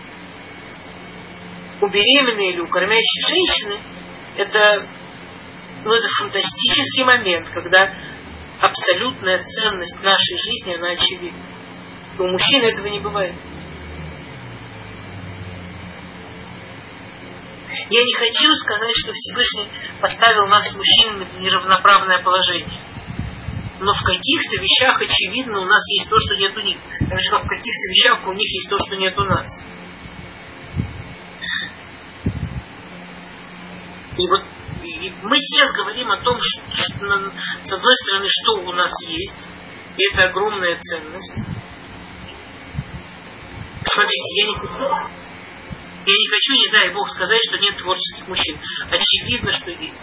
У беременной или у кормящей женщины это, ну, это фантастический момент, когда абсолютная ценность нашей жизни, она очевидна. У мужчин этого не бывает. Я не хочу сказать, что Всевышний поставил нас с мужчинами в неравноправное положение. Но в каких-то вещах, очевидно, у нас есть то, что нет у них. Так же, как в каких-то вещах у них есть то, что нет у нас. И вот и мы сейчас говорим о том, что, что, с одной стороны, что у нас есть, и это огромная ценность. Смотрите, я не, я не хочу, не дай Бог, сказать, что нет творческих мужчин. Очевидно, что есть.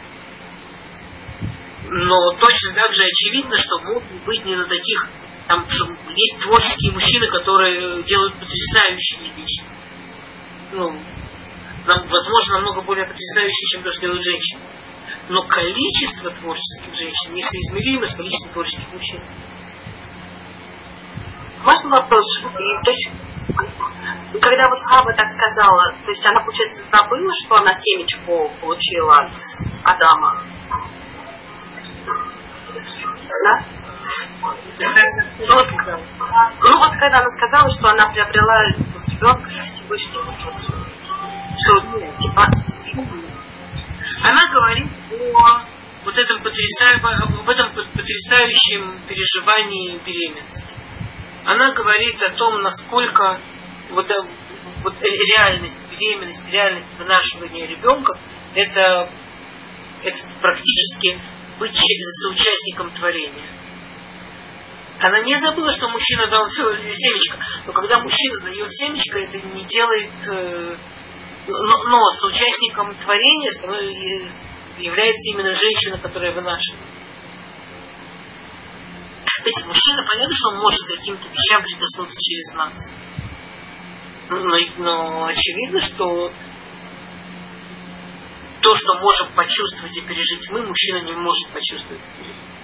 Но точно так же очевидно, что могут быть не на таких... Там есть творческие мужчины, которые делают потрясающие вещи. Ну, нам, возможно, намного более потрясающие, чем то, что делают женщины. Но количество творческих женщин несоизмеримо с количеством творческих мужчин. Можно вопрос? И, то есть, когда вот Хава так сказала, то есть она, получается, забыла, что она семечку получила от Адама? Да? Ну вот, ну вот когда она сказала, что она приобрела ребенка Всевышнего, что типа... Она говорит о вот этом потрясающем, об этом потрясающем переживании беременности. Она говорит о том, насколько вот, вот реальность беременности, реальность вынашивания ребенка это, это практически быть соучастником творения. Она не забыла, что мужчина дал семечко, но когда мужчина дает семечко, это не делает... Но, но соучастником творения является именно женщина, которая вынашивает. Ведь мужчина, понятно, что он может к каким-то вещам прикоснуться через нас. Но, но очевидно, что то, что можем почувствовать и пережить мы, мужчина не может почувствовать и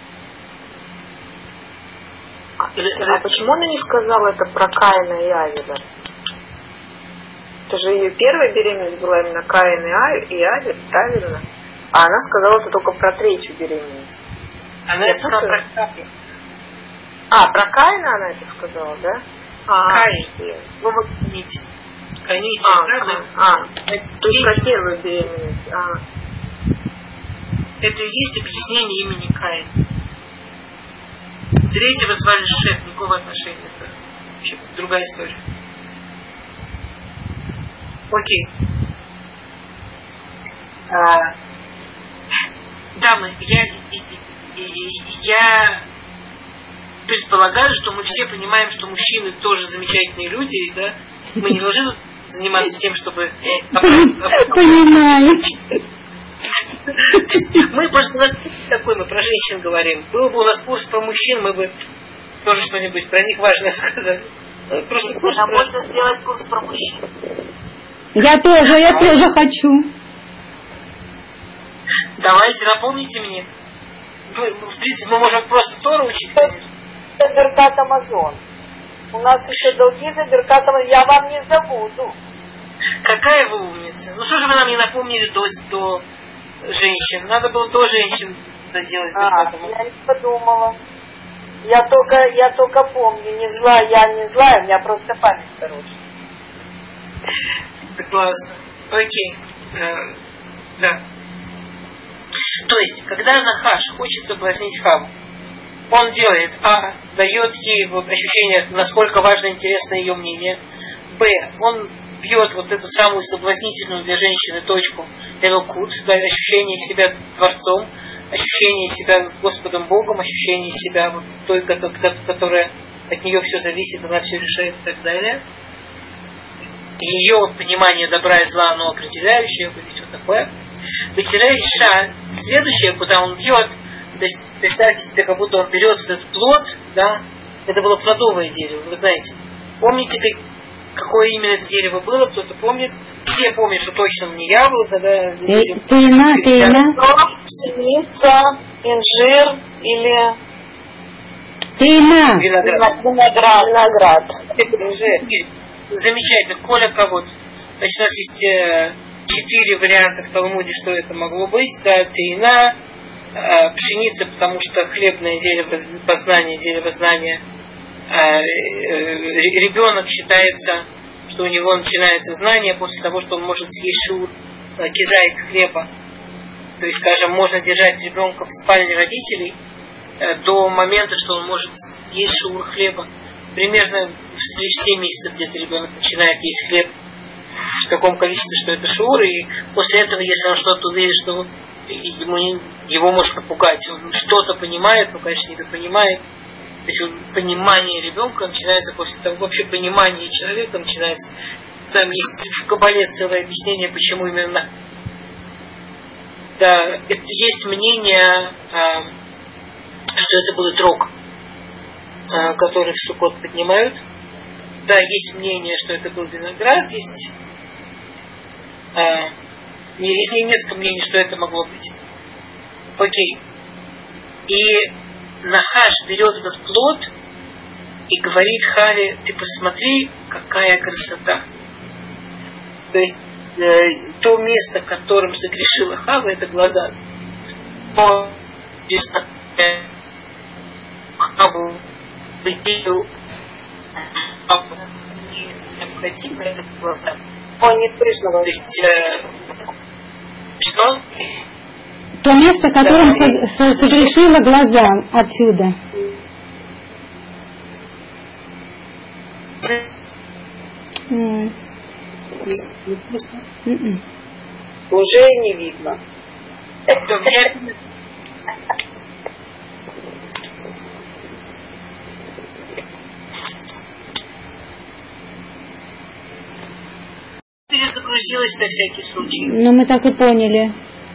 пережить. А, а почему она не сказала это про Каина и Авеля? Это же ее первая беременность была именно Каин и Авель, правильно? А она сказала это только про третью беременность. Она это сказала про Каина. А, про Каина она это сказала, да? А, Каин. Слово «канить». Канить. А, да, а, а. То есть про первую беременность. А. Это и есть объяснение имени Каин. Третьего звали Шет, никакого отношения. Это вообще другая история. Окей. А, дамы, я, я предполагаю, что мы все понимаем, что мужчины тоже замечательные люди, да? Мы не должны заниматься тем, чтобы... Понимаю. Мы просто такой, мы про женщин говорим. Был бы у нас курс про мужчин, мы бы тоже что-нибудь про них важное сказали. Просто курс а про... можно сделать курс про мужчин. Я тоже, я тоже хочу. Давайте, напомните мне. Мы, в принципе, мы можем просто Тору учить, конечно. Это Беркат Амазон. У нас еще долги за Беркат Амазон. Я вам не забуду. Какая вы умница. Ну что же вы нам не напомнили до, до женщин? Надо было до женщин доделать Беркат Амазон. А, я не подумала. Я только, я только помню. Не злая, я не злая, у меня просто память хорошая. Это классно. Окей. Э, да. То есть, когда Нахаш хочет соблазнить Хаву, он делает, а, дает ей вот ощущение, насколько важно и интересно ее мнение, б, он бьет вот эту самую соблазнительную для женщины точку элокут, ощущение себя творцом, ощущение себя Господом Богом, ощущение себя вот той, которая от нее все зависит, она все решает и так далее. Ее понимание добра и зла, оно определяющее, и все такое. Вытирая Иша, следующее, куда он бьет, то есть представьте себе, как будто он берет этот плод, да, это было плодовое дерево, вы знаете. Помните, какое именно это дерево было, кто-то помнит? Все помнят, что точно не яблоко, когда... Тейна, тейна. Пшеница, инжир или... Тейна. Виноград. Виноград. Виноград. Инжир. Замечательно. Коля кого? Значит, у нас есть э, четыре варианта в Талмуде, что это могло быть. Да, тейна, э, пшеница, потому что хлебное дерево познания, дерево знания. Э, э, ребенок считается, что у него начинается знание после того, что он может съесть шур, э, кизайк хлеба. То есть, скажем, можно держать ребенка в спальне родителей э, до момента, что он может съесть шур хлеба. Примерно в семь месяцев где-то ребенок начинает есть хлеб в таком количестве, что это шур, и после этого, если он что-то увидит, что ему, его может напугать, он что-то понимает, но, конечно, недопонимает. То есть понимание ребенка начинается после того, вообще понимание человека начинается. Там есть в Кабале целое объяснение, почему именно. Да, это есть мнение, что это был итрог, который в Суккот поднимают. Да, есть мнение, что это был виноград, есть, а, есть несколько мнений, что это могло быть. Окей. И Нахаш берет этот плод и говорит Хаве: ты посмотри, какая красота. То есть э, то место, которым согрешила Хава, это глаза. Но Хаву необходимо это глаза. Ой, не слышно вас. То есть, э, что? То место, которым да, со- согрешила глаза отсюда. Mm. Не, не слышно? Mm-mm. Уже не видно. То я... перезагрузилась на всякий случай. Ну, мы так и поняли.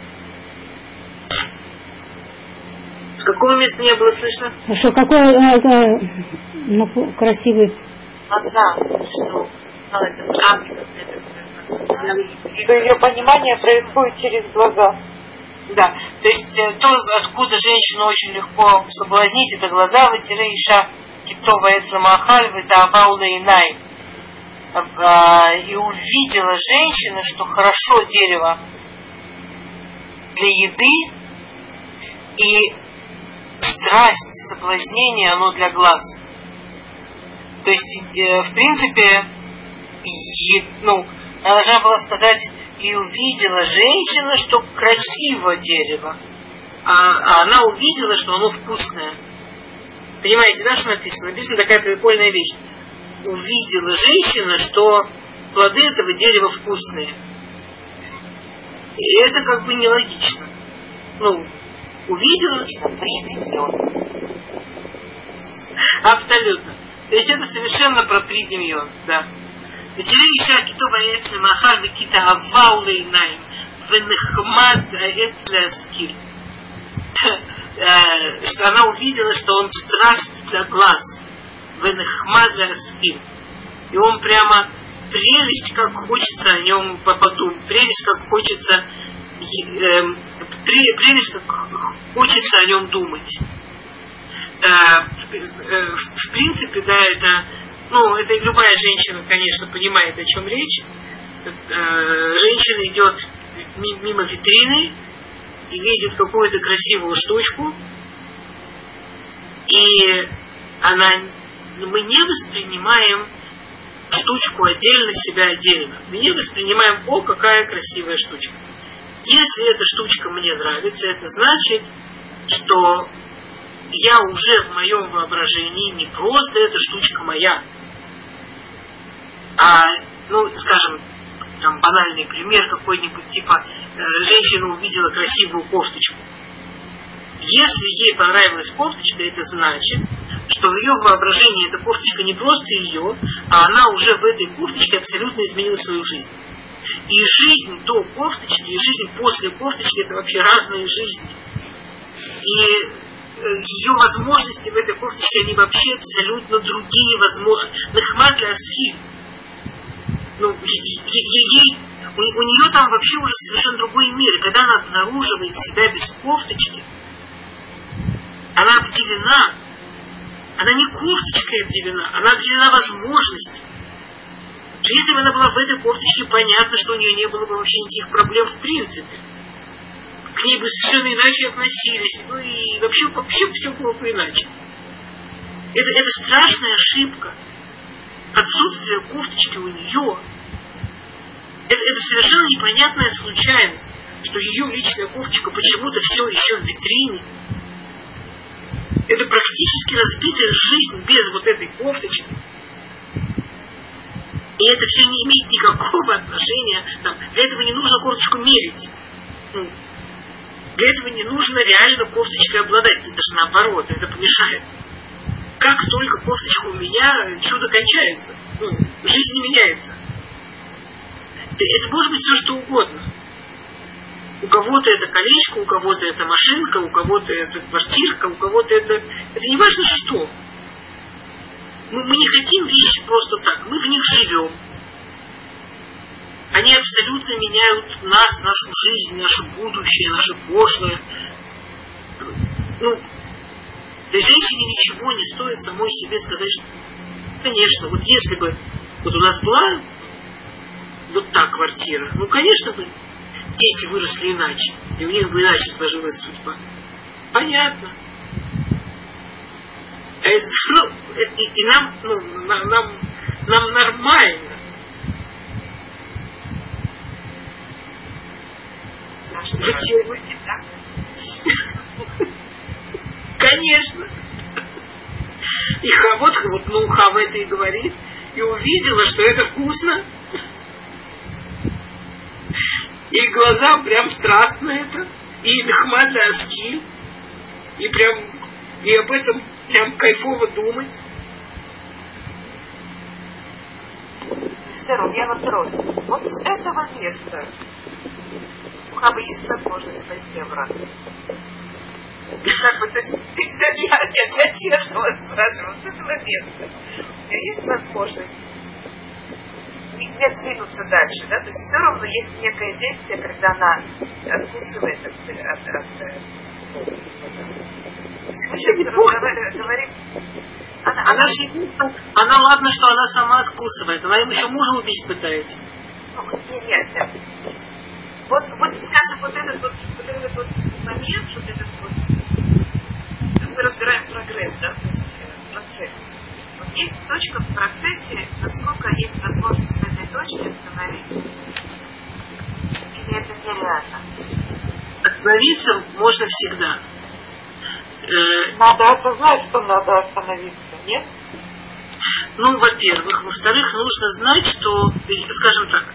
С какого места не было слышно? Что, какой э, э, ну, красивый. Глаза, что это правда, это Что ее понимание происходит через глаза. Да, то есть то, откуда женщину очень легко соблазнить, это глаза. Вытирай Иша китова эцламахаль вытаабаула инай. И увидела женщина, что хорошо дерево для еды, и страсть, соблазнение, оно для глаз. То есть, в принципе, ну, она должна была сказать: и увидела женщина, что красиво дерево, а, а она увидела, что оно вкусное. Понимаете, да, что написано? Написана такая прикольная вещь. Увидела женщина, что плоды этого дерева вкусные. И это как бы нелогично. Ну, увидела... Абсолютно. То есть это совершенно про придемьон, да. Ветерей кито боец махар векита авау лейнаим венехмад эцляскиль. Что она увидела, что он страсть для глаз. Венехмад эцляскиль. И он прямо прелесть, как хочется о нем подумать. Прелесть, как хочется прелесть, как хочется о нем думать. В принципе, да, это, ну, это любая женщина, конечно, понимает, о чем речь. Женщина идет мимо витрины и видит какую-то красивую штучку, и она, мы не воспринимаем штучку отдельно, себя отдельно. Мы не воспринимаем: о, какая красивая штучка. Если эта штучка мне нравится, это значит, что я уже в моем воображении не просто эта штучка моя, а, ну, скажем, там банальный пример какой-нибудь, типа, э, женщина увидела красивую кофточку. Если ей понравилась кофточка, это значит, что в ее воображении эта кофточка не просто ее, а она уже в этой кофточке абсолютно изменила свою жизнь. И жизнь до кофточки, и жизнь после кофточки — это вообще разные жизни. И ее возможности в этой кофточке, они вообще абсолютно другие возможности. Нехмат ля-асхиль. Ну, ей, у, у нее там вообще уже совершенно другой мир. И когда она обнаруживает себя без кофточки, она обделена. Она не кофточкой обделена, она обделена возможностью. Если бы она была в этой кофточке, понятно, что у нее не было бы вообще никаких проблем в принципе. К ней бы совершенно иначе относились. Ну и вообще, вообще все было бы иначе. Это, это страшная ошибка. Отсутствие кофточки у нее. Это, это совершенно непонятная случайность, что ее личная кофточка почему-то все еще в витрине. Это практически разбитая жизнь без вот этой кофточки. И это все не имеет никакого отношения. Там, для этого не нужно кофточку мерить. Ну, для этого не нужно реально кофточкой обладать. Это же наоборот, это помешает. Как только кофточка у меня, чудо кончается. Ну, жизнь не меняется. Это может быть все что угодно. У кого-то это колечко, у кого-то это машинка, у кого-то это квартирка, у кого-то это... Это не важно что. Мы, мы не хотим вещи просто так. Мы в них живем. Они абсолютно меняют нас, нашу жизнь, наше будущее, наше прошлое. Ну, для женщины ничего не стоит самой себе сказать, что, конечно, вот если бы вот у нас была вот та квартира, ну, конечно бы, дети выросли иначе, и у них бы иначе сложилась судьба. Понятно. А это, ну, и, и нам, ну, нам, нам, нам нормально. Быть... Конечно. И вот, вот, ну, Хава это и говорит, и увидела, что это вкусно. И глаза прям страстно это, и нехмат ля-асхиль, и прям, и об этом прям кайфово думать. Эстер, у меня вопрос. Вот с этого места у Хавы есть возможность пойти обратно? Как бы, то есть, я, я, я честно вас спрашиваю, с этого места у меня есть возможность не двинуться дальше, да, то есть все равно есть некое действие, когда она откусывает от, от, от, мы сейчас разговариваем, говорим, она, она, она, она ладно, что она сама откусывает, она им еще мужа убить пытается. Ну, нет, нет, нет. Вот, вот, скажем, вот этот вот, вот этот вот момент, вот этот вот, мы разбираем прогресс, да, то есть процесс. Вот есть точка в процессе, насколько есть возможность в этой точке остановиться. Или это нереально? Остановиться можно всегда. Надо осознать, что надо остановиться, нет? Ну, во-первых. Во-вторых, нужно знать, что, скажем так,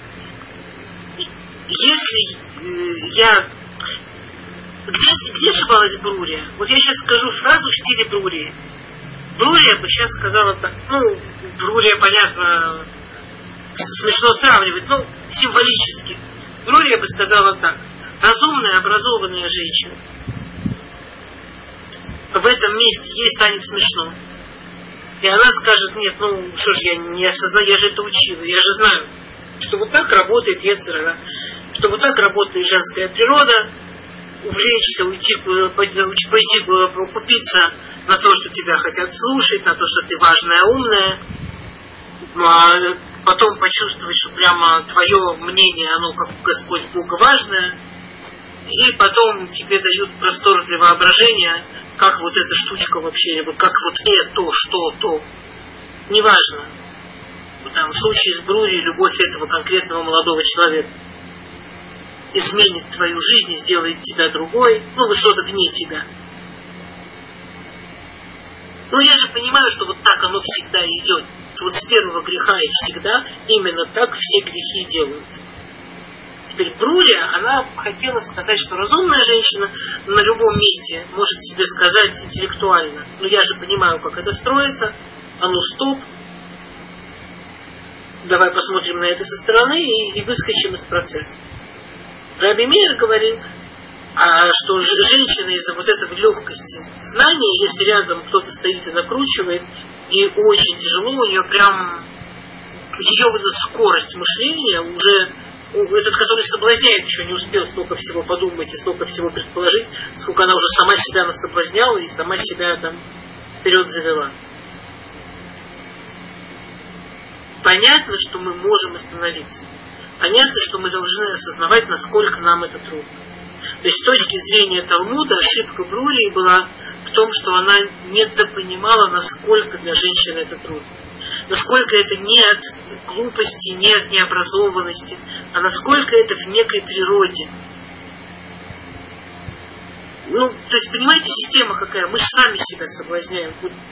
если э, я... Где, где ошибалась Брурия? Вот я сейчас скажу фразу в стиле Брурии. Брурия бы сейчас сказала так, ну, Брурия, понятно, смешно сравнивать, ну, символически. Брурия бы сказала так: разумная, образованная женщина в этом месте ей станет смешно. И она скажет: нет, ну, что ж, я не осознаю, я же это учила, я же знаю, что вот так работает йецер ара, что вот так работает женская природа, увлечься, уйти, пойти купиться на то, что тебя хотят слушать, на то, что ты важная, умная, а потом почувствовать, что прямо твое мнение, оно как Господь Бога важное, и потом тебе дают простор для воображения, как вот эта штучка вообще, вот как вот это, что, то, неважно. Вот там, в случае с Брури, любовь этого конкретного молодого человека изменит твою жизнь, сделает тебя другой, ну, что-то вне тебя. Ну, я же понимаю, что вот так оно всегда идет. Что вот с первого греха и всегда именно так все грехи делают. теперь Брурия, она хотела сказать, что разумная женщина на любом месте может себе сказать интеллектуально: ну я же понимаю, как это строится, а ну стоп, давай посмотрим на это со стороны и, и выскочим из процесса. Раби Меир говорил, а что женщина из-за вот этой легкости знания, если рядом кто-то стоит и накручивает, ей очень тяжело, у нее прям ее вот эта скорость мышления уже, этот, который соблазняет, еще не успел столько всего подумать и столько всего предположить, сколько она уже сама себя насоблазняла и сама себя там вперед завела. Понятно, что мы можем остановиться. Понятно, что мы должны осознавать, насколько нам это трудно. То есть с точки зрения Талмуда ошибка Брурии была в том, что она недопонимала, насколько для женщины это трудно. Насколько это не от глупости, не от необразованности, а насколько это в некой природе. Ну, то есть, понимаете, система какая? Мы же сами себя соблазняем.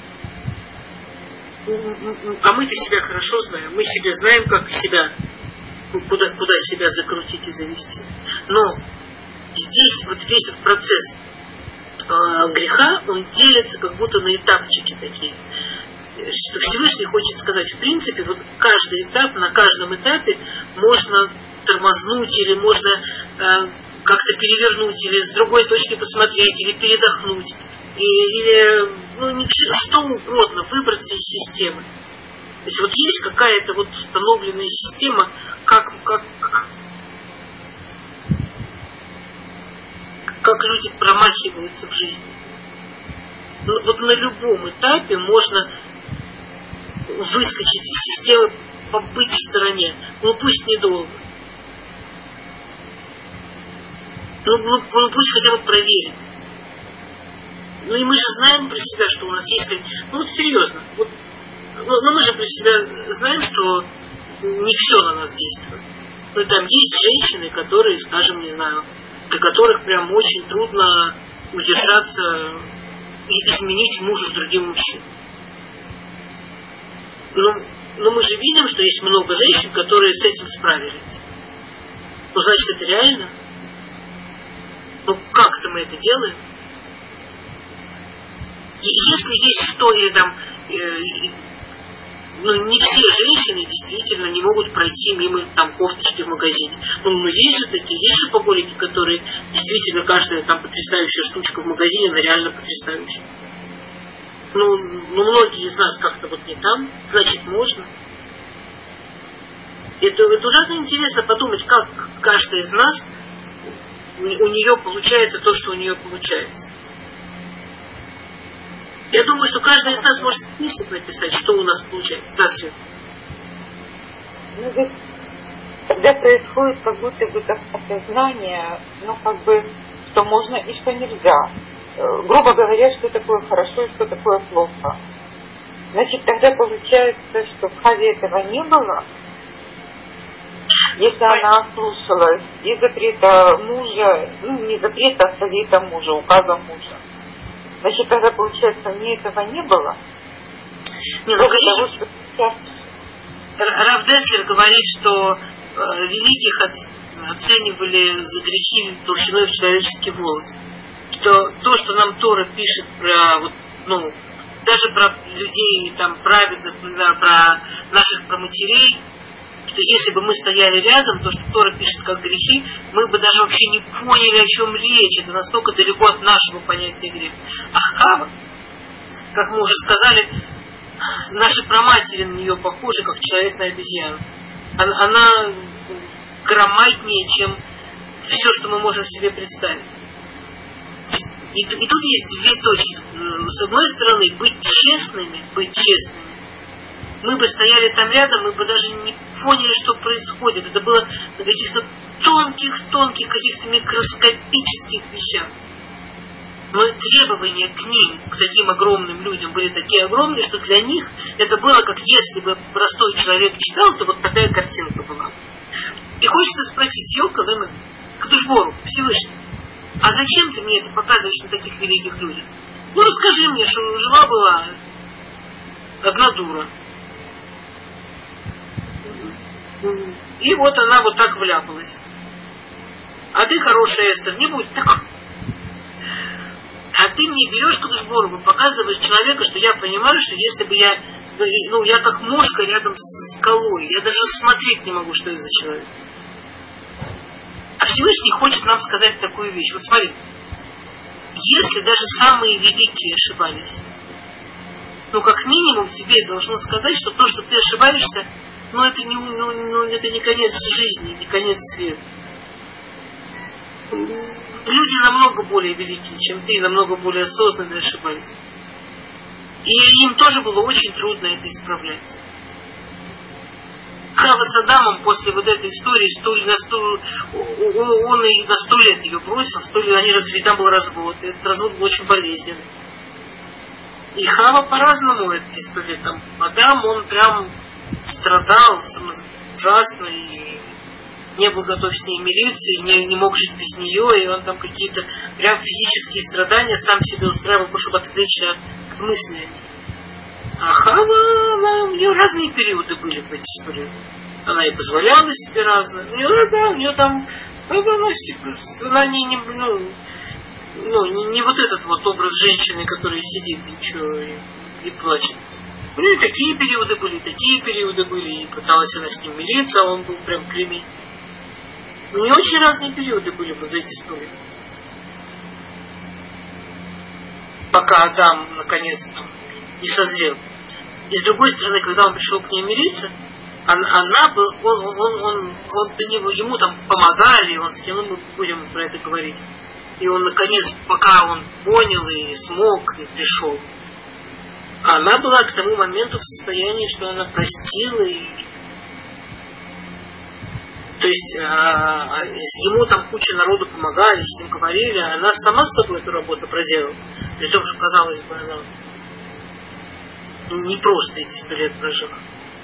А мы-то себя хорошо знаем. Мы себе знаем, как себя, куда, куда себя закрутить и завести. Но здесь вот весь этот процесс э, греха, он делится как будто на этапчики такие. Что Всевышний хочет сказать, в принципе, вот каждый этап, на каждом этапе можно тормознуть или можно э, как-то перевернуть, или с другой точки посмотреть, или передохнуть, и, или ну, не, что угодно, выбраться из системы. То есть вот есть какая-то вот установленная система, как, как, как люди промахиваются в жизни. Но вот на любом этапе можно выскочить из системы, побыть в стороне, ну пусть недолго. Ну, ну, ну пусть хотя бы проверить. Ну и мы же знаем про себя, что у нас есть... Ну вот серьезно. Вот, ну, ну мы же про себя знаем, что не все на нас действует. Ну там есть женщины, которые, скажем, не знаю, для которых прям очень трудно удержаться и изменить мужа с другим мужчиной. Но, но мы же видим, что есть много женщин, которые с этим справились. Ну, значит, это реально. Ну, как-то мы это делаем. И если есть что, или там, э, ну, не все женщины действительно не могут пройти мимо там кофточки в магазине. Ну, ну есть же такие, есть шопоголики, которые действительно каждая там потрясающая штучка в магазине, она реально потрясающая. Ну, ну, многие из нас как-то вот не там, значит, можно. Это, это ужасно интересно подумать, как каждая из нас, у, у нее получается то, что у нее получается. Я думаю, что каждый из нас может список написать, что у нас получается. Да, Свет? Ну, ведь тогда происходит как будто бы как осознание, ну, как бы, что можно и что нельзя. Грубо говоря, что такое хорошо и что такое плохо. Значит, тогда получается, что в Хаве этого не было. Если она ослушалась и запрета мужа, ну, не запрета, а совета мужа, указа мужа, значит, тогда, получается, у нее этого не было. Не, ну, конечно, того, что... Рав Деслер говорит, что э, великих оценивали за грехи толщиной в человеческий волос. Что то, что нам Тора пишет про, вот, ну, даже про людей там праведных, да, про наших проматерей, что если бы мы стояли рядом, то, что Тора пишет как грехи, мы бы даже вообще не поняли, о чем речь. Это настолько далеко от нашего понятия греха. А Хава, как мы уже сказали, наши праматери на нее похожи, как человек на обезьяну. Она, она громаднее, чем все, что мы можем себе представить. И, и тут есть две точки. С одной стороны, быть честными, быть честными. Мы бы стояли там рядом, мы бы даже не поняли, что происходит. Это было на каких-то тонких-тонких, каких-то микроскопических вещах. Но требования к ним, к таким огромным людям, были такие огромные, что для них это было, как если бы простой человек читал, то вот такая картинка была. И хочется спросить, Йока, Кадушбору, Всевышний, а зачем ты мне это показываешь на таких великих людях? Ну, расскажи мне, что жила-была одна дура. И вот она вот так вляпалась. А ты хорошая, Эстер, не будь такой. А ты мне берешь Кадош Барух Ху, показываешь человека, что я понимаю, что если бы я, ну, я как мошка рядом с скалой, я даже смотреть не могу, что это за человек. А Всевышний хочет нам сказать такую вещь. Вот смотри, если даже самые великие ошибались, ну, как минимум, тебе должно сказать, что то, что ты ошибаешься, ну, это не, ну, ну, это не конец жизни, не конец света. Люди намного более великие, чем ты, намного более осознанно ошибались. И им тоже было очень трудно это исправлять. Хава с Адамом после вот этой истории, сто, на сто, он и на сто лет ее бросил, сто лет, они развели, там был развод, и этот развод был очень болезненный. И Хава по-разному эти сто лет, там, Адам, он прям страдал ужасно, и не был готов с ней мириться, и не, не мог жить без нее, и он там какие-то прям физические страдания сам себе устраивал, чтобы отвлечься от мысли о ней. А Хава, она, у нее разные периоды были в эти сто лет. Она и позволяла себе разное. У нее, да, у нее там, она, она не, не, ну, ну, не, не вот этот вот образ женщины, которая сидит ничего и, и плачет. У нее и такие периоды были, и такие периоды были, и пыталась она с ним мириться, а он был прям кремень. У нее очень разные периоды были вот за эти сто лет. Пока Адам наконец-то не созрел. И с другой стороны, когда он пришел к ней мириться, она, она был, он, он, он, он, он до него, ему там помогали, он с кем мы будем про это говорить. И он наконец, пока он понял и смог, и пришел, она была к тому моменту в состоянии, что она простила и то есть а, ему там куча народу помогали, с ним говорили, а она сама с собой эту работу проделала. При том, что, казалось бы, она не просто эти сто лет прожила.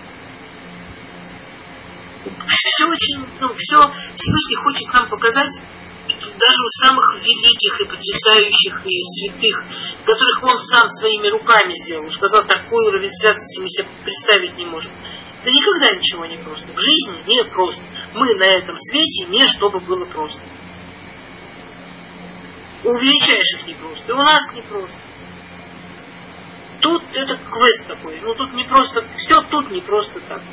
Все очень, ну, все Всевышний хочет нам показать, что даже у самых великих и потрясающих и святых, которых он сам своими руками сделал, он сказал, такой уровень святости мы себе представить не можем. Да никогда ничего не просто. В жизни не просто. Мы на этом свете не чтобы было просто. У величайших не просто. И у нас не просто. Тут это квест такой. Ну тут не просто. Все тут не просто так.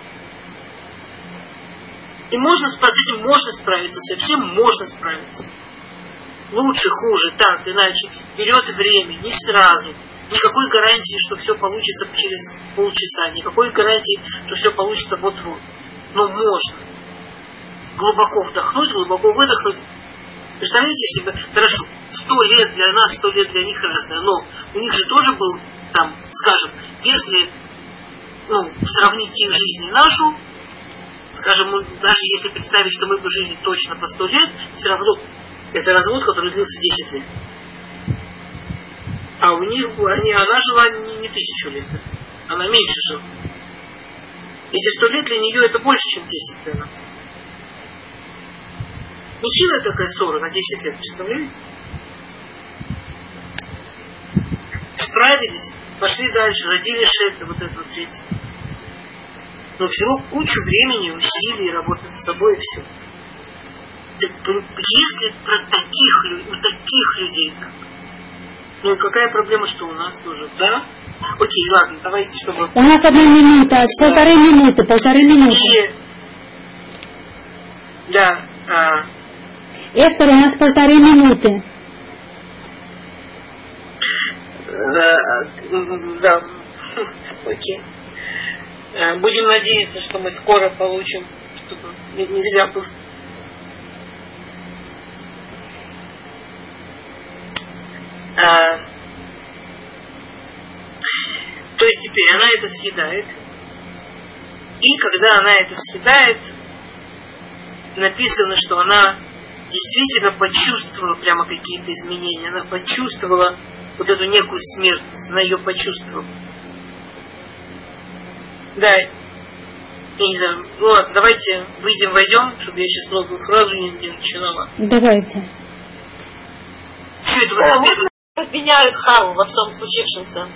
И можно с этим можно справиться. Со всем можно справиться. Лучше, хуже, так, иначе. Берет время, не сразу. Никакой гарантии, что все получится через полчаса. Никакой гарантии, что все получится вот-вот. Но можно. Глубоко вдохнуть, глубоко выдохнуть. Представляете себе, хорошо, сто лет для нас, сто лет для них разное. Но у них же тоже был там, скажем, если ну, сравнить их жизнь и нашу, скажем, мы, даже если представить, что мы бы жили точно по сто лет, все равно это развод, который длился десять лет. А у них, они, она жила не, не тысячу лет, она меньше жила. Эти сто лет для нее это больше, чем десять для нас. Ничего такая ссора на десять лет, представляете? Справились, пошли дальше, родили Шета, вот это вот третье. Но всего кучу времени, усилий, работать над собой и все. Если про таких, у таких людей так, ну какая проблема, что у нас тоже, да? Окей, ладно, давайте, чтобы... У нас одна минута, полторы минуты, полторы минуты. И... Да. А... Эстер, у нас полторы минуты. Да, да. Окей. Будем надеяться, что мы скоро получим, чтобы нельзя было. А, то есть теперь она это съедает. И когда она это съедает, написано, что она действительно почувствовала прямо какие-то изменения. Она почувствовала вот эту некую смертность. Она ее почувствовала. Да, я не знаю. Ну ладно, давайте выйдем, войдем, чтобы я сейчас новую фразу не, не начинала. Давайте. Что это вот обвиняют Хаву во всем случившемся.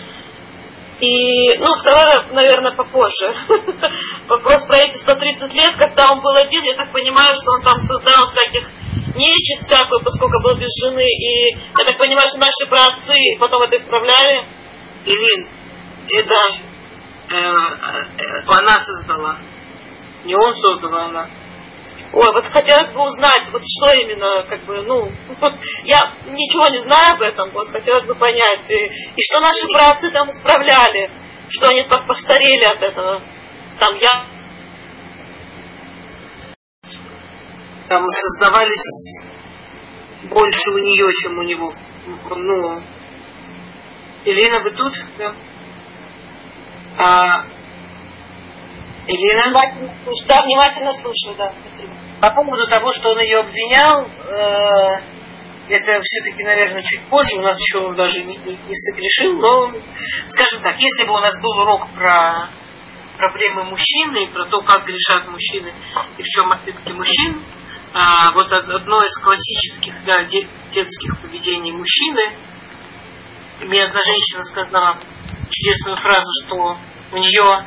И, ну, второе, наверное, попозже. Вопрос про эти сто тридцать лет, когда он был один, я так понимаю, что он там создал всяких нечисть всякую, поскольку был без жены. И я так понимаю, что наши праотцы потом это исправляли. Илин, это да. э, э, она создала. Не он создал, а она. Ой, вот хотелось бы узнать, вот что именно, как бы, ну, я ничего не знаю об этом, вот хотелось бы понять, и, и что наши праотцы там исправляли, что они так постарели от этого. Там я... Там создавались больше у нее, чем у него. Ну, Елена, вы тут? Да. А, Елена? Внимательно слушаю. Да, внимательно слушаю, да, спасибо. По поводу того, что он ее обвинял, э, это все-таки, наверное, чуть позже, у нас еще даже не, не, не согрешил, но, скажем так, если бы у нас был урок про проблемы мужчины и про то, как грешат мужчины и в чем ошибки мужчин, а, вот одно из классических, да, детских поведений мужчины, мне одна женщина сказала чудесную фразу, что у нее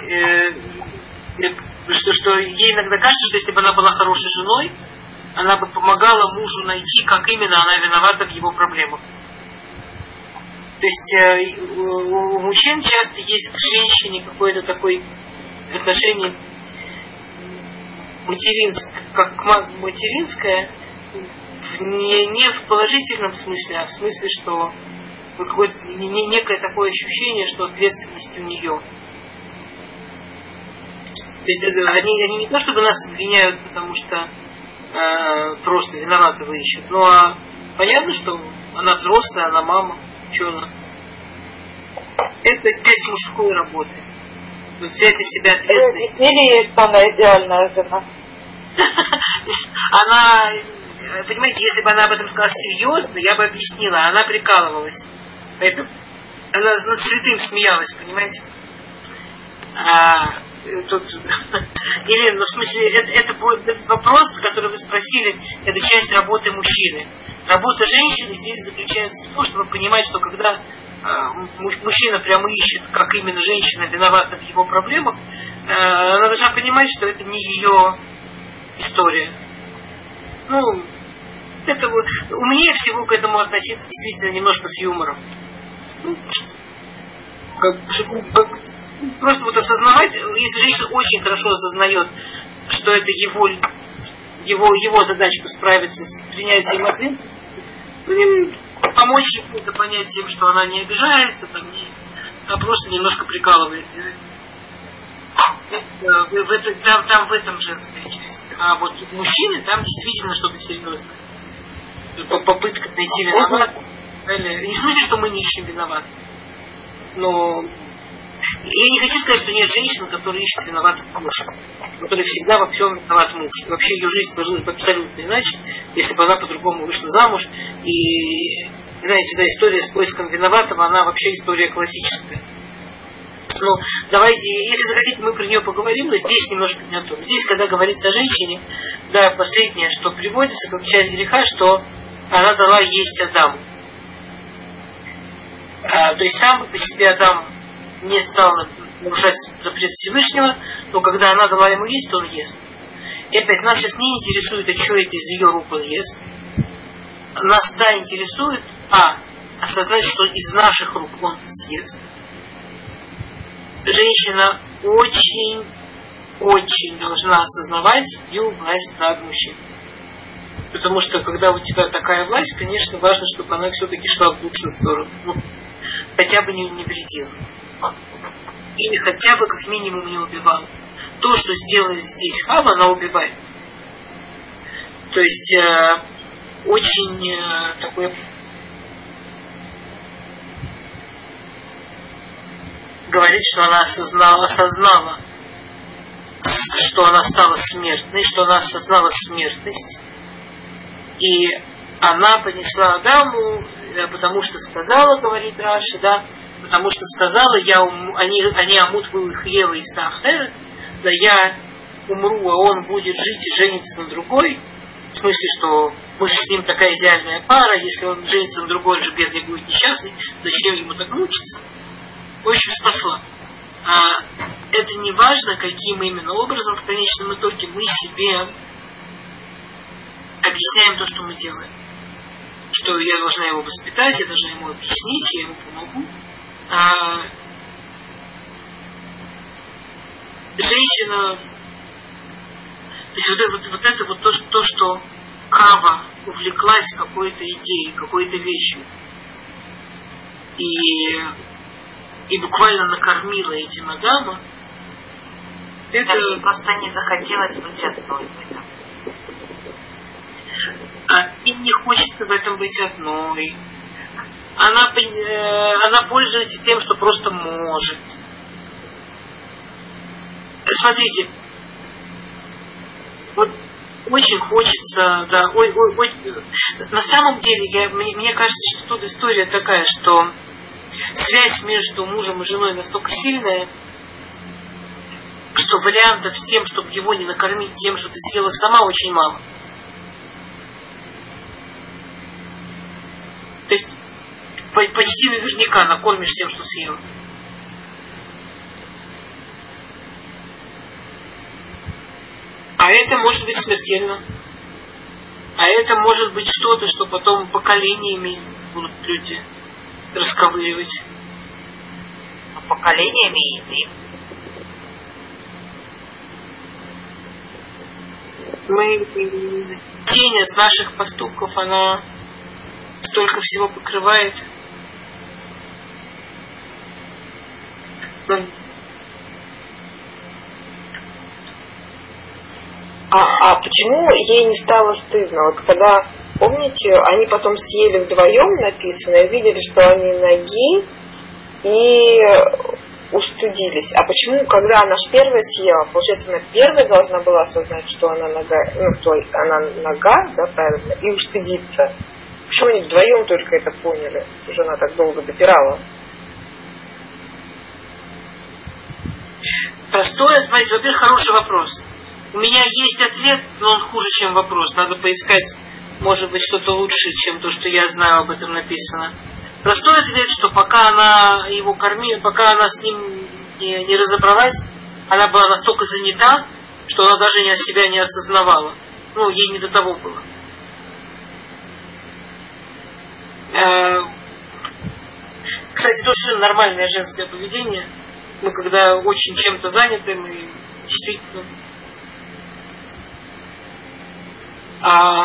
э, что, что ей иногда кажется, что если бы она была хорошей женой, она бы помогала мужу найти, как именно она виновата в его проблемах. То есть э, у, у мужчин часто есть к женщине какое-то такое отношение материнское, как материнское, не, не в положительном смысле, а в смысле, что какое-то, не, некое такое ощущение, что ответственность у нее. То есть они, они не то чтобы нас обвиняют, потому что э, просто виноватого ищут, но а понятно, что она взрослая, она мама, что она. Это часть мужской работы. Вот взять на себя ответственность. Или что она идеальная жена? Она, понимаете, если бы она об этом сказала серьезно, я бы объяснила, она прикалывалась. Поэтому она над святым смеялась, понимаете? А, тут, Елена, ну в смысле, это, это будет этот вопрос, который вы спросили, это часть работы мужчины. Работа женщины здесь заключается в том, чтобы понимать, что когда э, мужчина прямо ищет, как именно женщина виновата в его проблемах, э, она должна понимать, что это не ее история. Ну, это умнее всего к этому относиться действительно немножко с юмором. Ну, как, как, просто вот осознавать, если женщина очень хорошо осознает, что это его, его, его задачка справиться с принятием ответственности, ну, помочь ему это понять тем, что она не обижается, там, не, а просто немножко прикалывает. Это, в это, там, там в этом женская часть. А вот мужчины, там действительно что-то серьезное. Попытка найти виноватых. Не в смысле, что мы не ищем виноватых. Но я не хочу сказать, что нет женщин, которые ищут виноватых мужа, которые всегда во всем виноват муж. И вообще ее жизнь сложилась бы абсолютно иначе, если бы она по-другому вышла замуж. И, знаете, да, история с поиском виноватого, она вообще история классическая. Ну, давайте, если захотите, мы про нее поговорим, но здесь немножко не о том. Здесь, когда говорится о женщине, да, последнее, что приводится как часть греха, что она дала есть Адаму. А, то есть сам по себе Адам не стал нарушать запрет Всевышнего, но когда она дала ему есть, то он ест. И опять нас сейчас не интересует, а что это из ее рук он ест. Нас, да, интересует, а, осознать, что из наших рук он съест. Женщина очень, очень должна осознавать свою власть над мужчиной. Потому что, когда у тебя такая власть, конечно, важно, чтобы она все-таки шла в лучшую сторону. Ну, хотя бы не, не вредила. Или хотя бы, как минимум, не убивала. То, что сделает здесь Хава, она убивает. То есть, э, очень э, такое... говорит, что она осознала, осознала, что она стала смертной, что она осознала смертность. И она понесла Адаму, потому что сказала, говорит Раши, да, потому что сказала, я ум, они, они амут был их Ева и Стахерет, да я умру, а он будет жить и жениться на другой. В смысле, что мы же с ним такая идеальная пара, если он женится на другой, он же бедный будет несчастный, зачем ему так мучиться? В общем, спасла. А, это не важно, каким именно образом в конечном итоге мы себе объясняем то, что мы делаем. Что я должна его воспитать, я должна ему объяснить, я ему помогу. А женщина, то есть вот, вот, вот это вот то, что, то, что Хава увлеклась какой-то идеей, какой-то вещью. И, и буквально накормила этим Адама. Это ей просто не захотелось быть одной в этом. А им не хочется в этом быть одной. Она, э, она пользуется тем, что просто может. Смотрите, вот очень хочется, да, ой, ой, ой, на самом деле, я, мне, мне кажется, что тут история такая, что связь между мужем и женой настолько сильная, что вариантов с тем, чтобы его не накормить тем, что ты съела сама, очень мало. То есть почти наверняка накормишь тем, что съела. А это может быть смертельно. А это может быть что-то, что потом поколениями будут люди расковыривать. А поколениями едим. Мы, тень от наших поступков, она столько всего покрывает. А, а почему ей не стало стыдно? Вот когда, помните, они потом съели вдвоем, написано, и видели, что они ноги, и устыдились. А почему, когда она ж первая съела, получается, она первая должна была осознать, что она нога, ну, что она нога, да, правильно, и устыдиться. Почему они вдвоем только это поняли? Уже она так долго допирала. Простой, смотрите, во-первых, хороший вопрос. У меня есть ответ, но он хуже, чем вопрос. Надо поискать, может быть, что-то лучше, чем то, что я знаю, об этом написано. Простой ответ, что пока она его кормила, пока она с ним не, не разобралась, она была настолько занята, что она даже не себя не осознавала. Ну, ей не до того было. Кстати, тоже нормальное женское поведение. Мы когда очень чем-то заняты, мы действительно... А...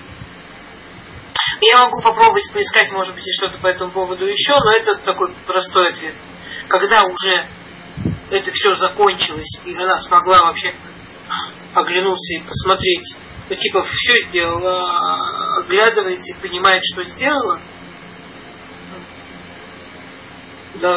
Я могу попробовать поискать, может быть, что-то по этому поводу еще, но это такой простой ответ. Когда уже это все закончилось, и она смогла вообще оглянуться и посмотреть, ну, типа, все сделала, оглядывается и понимает, что сделала, да.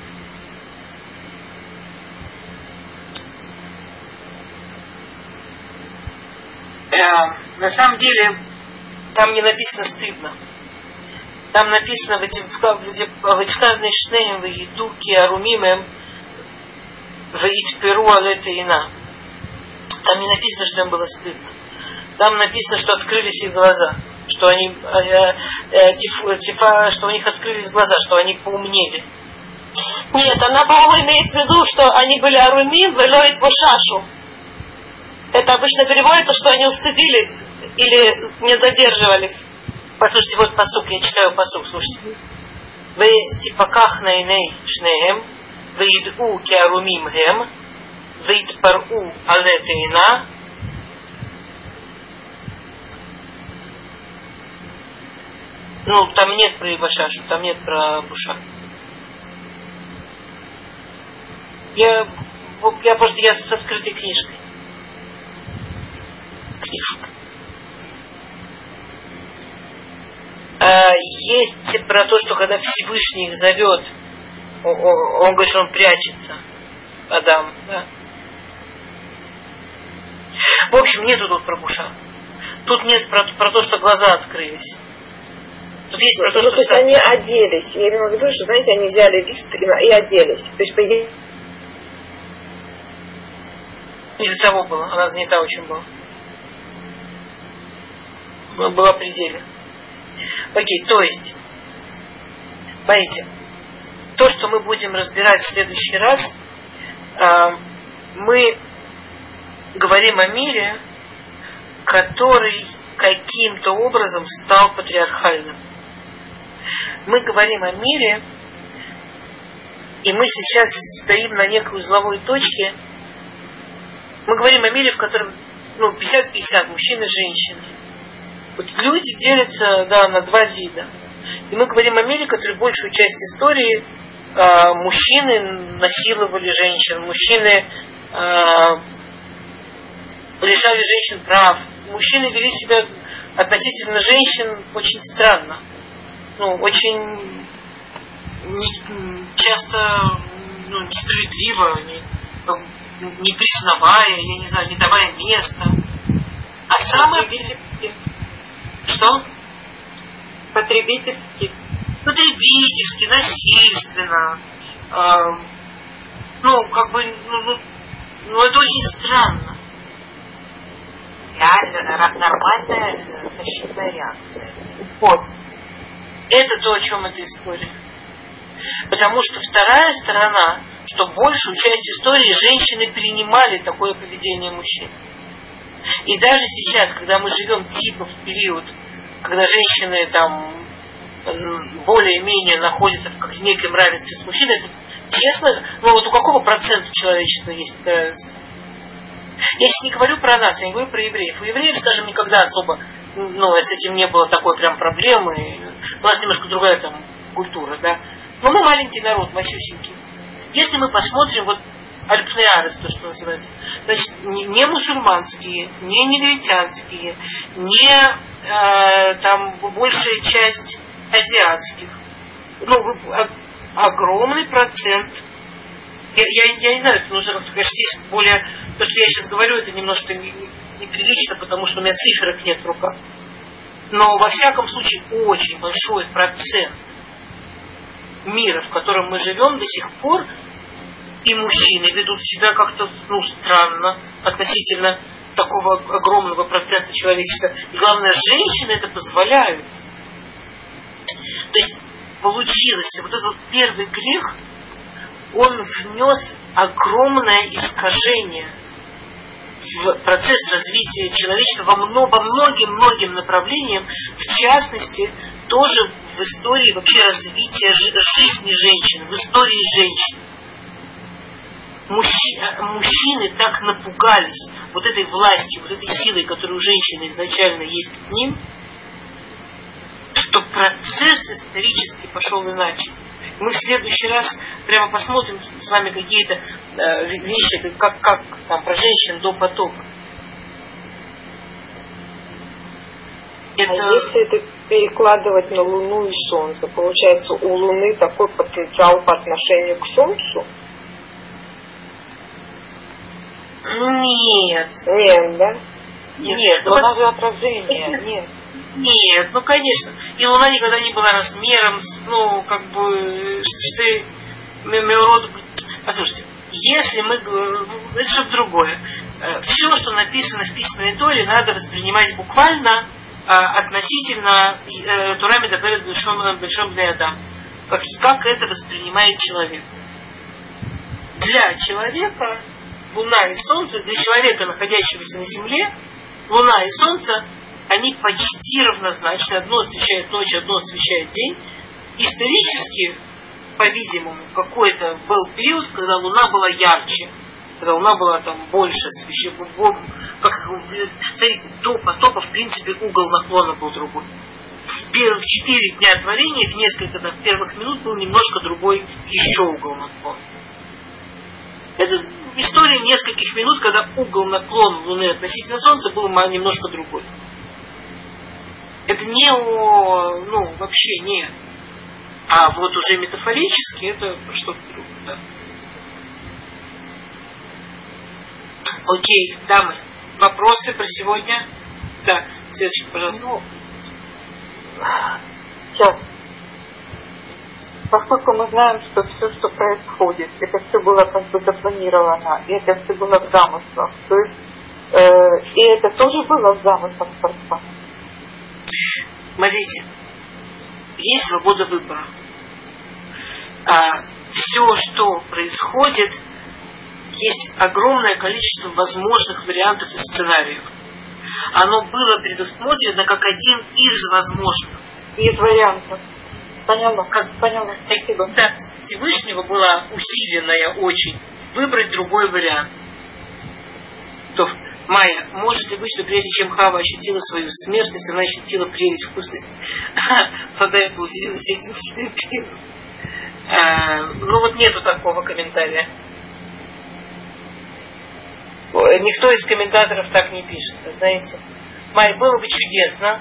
Э, на самом деле, там не написано стыдно. Там написано «Ватиканный шнеем в еду киарумимем в итперу алетеина». Там не написано, что им было стыдно. Там написано, что открылись их глаза, что они, э, э, тиф, тифа, что у них открылись глаза, что они поумнели. Нет, она, по-моему, имеет в виду, что они были арумим, велоит вошашу. Это обычно переводится, что они устыдились или не задерживались. Послушайте, вот пасук, я читаю пасук, слушайте. Вы типаках найней шнеем, вы иду киарумим гем, вы итпару алетеина. Ну, там нет про Ибашашу, там нет про Буша. Я, я просто, я с открытой книжкой. Книжка. А, есть про то, что когда Всевышний их зовет, он, он, он говорит, что он прячется. Адам, да. В общем, нету тут про Буша. Тут нет про, про то, что глаза открылись. Тут есть про то, что... То есть они оделись. Я имею в виду, что, знаете, они взяли лист и, и оделись. То есть, по идее... Из-за того было. Она занята очень была. Была в пределе. Окей, то есть, смотрите, то, что мы будем разбирать в следующий раз, э, мы говорим о мире, который каким-то образом стал патриархальным. Мы говорим о мире, и мы сейчас стоим на некой узловой точке. Мы говорим о мире, в котором ну, пятьдесят пятьдесят, мужчины и женщины. Вот люди делятся да, на два вида. И мы говорим о мире, который большую часть истории э, мужчины насиловали женщин, мужчины э, лишали женщин прав, мужчины вели себя относительно женщин очень странно. Ну, очень не, часто ну, несправедливо, не, не признавая, я не знаю, не давая места. А самое... Что? Потребительски. Потребительски, насильственно. Э, ну, как бы, ну, ну, ну, это очень странно. Реально, нормальная защитная реакция. Вот. Это то, о чем эта история. Потому что вторая сторона, что большую часть истории женщины принимали такое поведение мужчин. И даже сейчас, когда мы живем типа в период, когда женщины там более-менее находятся в как неком равенстве с мужчиной, это честно, ну вот у какого процента человечества есть это равенство? Я сейчас не говорю про нас, я не говорю про евреев. У евреев, скажем, никогда особо, ну, с этим не было такой прям проблемы. У нас немножко другая там культура, да. Но мы маленький народ, масюсенький. Если мы посмотрим вот альпнеарес, то, что называется, значит, не, не мусульманские, не негритянские, не э, там большая часть азиатских, ну, вы, огромный процент. Я, я, я не знаю, это нужно как-то, конечно, здесь более... То, что я сейчас говорю, это немножко неприлично, потому что у меня циферок нет в руках. Но, во всяком случае, очень большой процент мира, в котором мы живем до сих пор, и мужчины ведут себя как-то, ну, странно относительно такого огромного процента человечества. И, главное, женщины это позволяют. То есть, получилось, вот этот вот первый грех, он внес огромное искажение в процесс развития человечества во многим-многим направлениям, в частности, тоже в истории вообще развития жизни женщин, в истории женщин. Мужчины, мужчины так напугались вот этой властью, вот этой силой, которая у женщины изначально есть к ним, что процесс исторически пошел иначе. Мы в следующий раз прямо посмотрим с вами какие-то э, вещи, как, как там про женщин до потопа. Это... А если это перекладывать на Луну и Солнце, получается, у Луны такой потенциал по отношению к Солнцу? Нет. Нет, да? Нет, Нет, Луна же отражение. Нет. Нет, ну конечно. И Луна никогда не была размером, ну, как бы, что Меород... Послушайте, если мы... Это что-то другое. Все, что написано в письменной Торе, надо воспринимать буквально относительно Тора медаберет бешом бней адам. Как, как это воспринимает человек. Для человека Луна и Солнце, для человека, находящегося на Земле, Луна и Солнце, они почти равнозначны. Одно освещает ночь, одно освещает день. Исторически, по-видимому, какой-то был период, когда Луна была ярче, когда Луна была там больше освещена. Как, смотрите, до потопа, в принципе, угол наклона был другой. В первых четыре дня творения, в несколько там, первых минут был немножко другой еще угол наклона. Это история нескольких минут, когда угол наклона Луны относительно Солнца был немножко другой. Это не о, ну, вообще не. А вот уже метафорически это что-то другое. Да. Окей, дамы, вопросы про сегодня? Да, Светочка, пожалуйста. Ну, сейчас. Поскольку мы знаем, что все, что происходит, это все было как бы запланировано, и это все было в замыслах, то есть, э, и это тоже было в замыслах Творца. Смотрите, есть свобода выбора. А, все, что происходит, есть огромное количество возможных вариантов и сценариев. оно было предусмотрено как один из возможных. Из вариантов. Поняла. Как Поняла. Спасибо. Да, Всевышнего была усиленная очень выбрать другой вариант. То, Майя, может ли быть, что прежде чем Хава ощутила свою смертность, она ощутила прелесть, вкусность? Садай удивилась этим. Ну вот нету такого комментария. Никто из комментаторов так не пишет, вы знаете. Майя, было бы чудесно.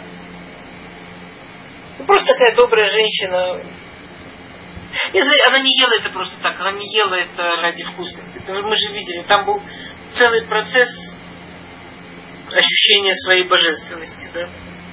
Просто такая добрая женщина. Она не ела это просто так, она не ела это ради вкусности. Мы же видели, там был целый процесс ощущения своей божественности, да?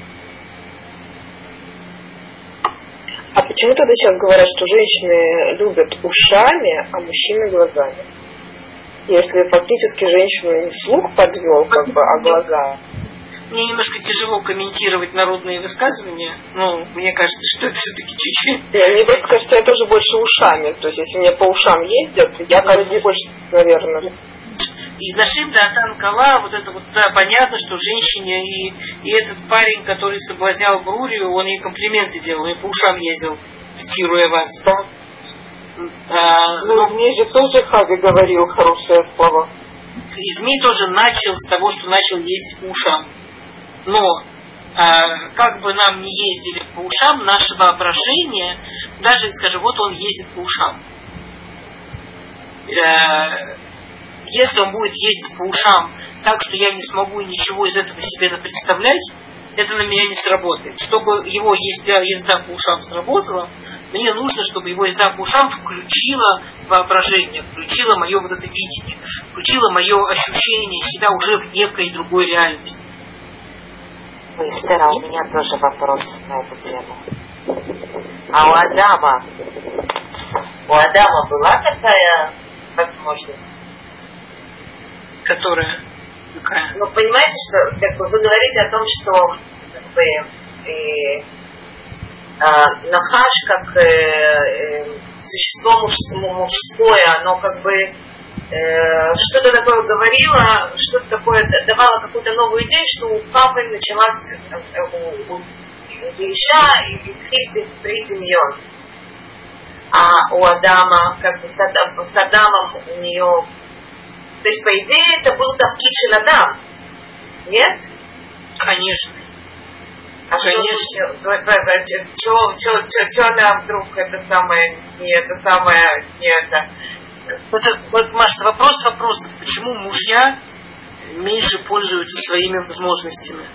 А почему тогда сейчас говорят, что женщины любят ушами, а мужчины глазами? Если фактически женщину не слух подвел, как бы, а глаза. Мне немножко тяжело комментировать народные высказывания, но мне кажется, что это все-таки чуть-чуть. Не, мне просто кажется, я тоже больше ушами. То есть, если мне по ушам ездят, я как бы больше, наверное. И нашим Датан Кала, вот это вот, да, понятно, что женщине и, и этот парень, который соблазнял Брурию, он ей комплименты делал, и по ушам ездил, цитируя вас. Да. А, ну, но... мне же тоже Хави говорил хорошие слова. И Змей тоже начал с того, что начал ездить по ушам. Но а, как бы нам не ездили по ушам, наше воображение, даже, скажем, вот он ездит по ушам. А, если он будет ездить по ушам так, что я не смогу ничего из этого себе представлять, это на меня не сработает. Чтобы его езда, езда по ушам сработала, мне нужно, чтобы его езда по ушам включила воображение, включила мое вот это видение, включила мое ощущение себя уже в некой другой реальности. Эстер, а у меня тоже вопрос на эту тему. А у Адама, у Адама была такая возможность? Которая? Какая? Ну, понимаете, что как бы, вы говорите о том, что как бы, э, э, Нахаш как э, э, существо муж, мужское, оно как бы э, что-то такое говорило, что-то такое давало какую-то новую идею, что у папы началась э, у, у Иша и Хильды Придимьон. А у Адама, как бы с, Адам, с Адамом у нее... То есть, по идее, это был Тавкид Шел Адам. Нет? Конечно. А Конечно. что, что, что она вдруг это самое, не это самое, не это... это вот, Маша, вопрос вопросов. Почему мужья меньше пользуются своими возможностями?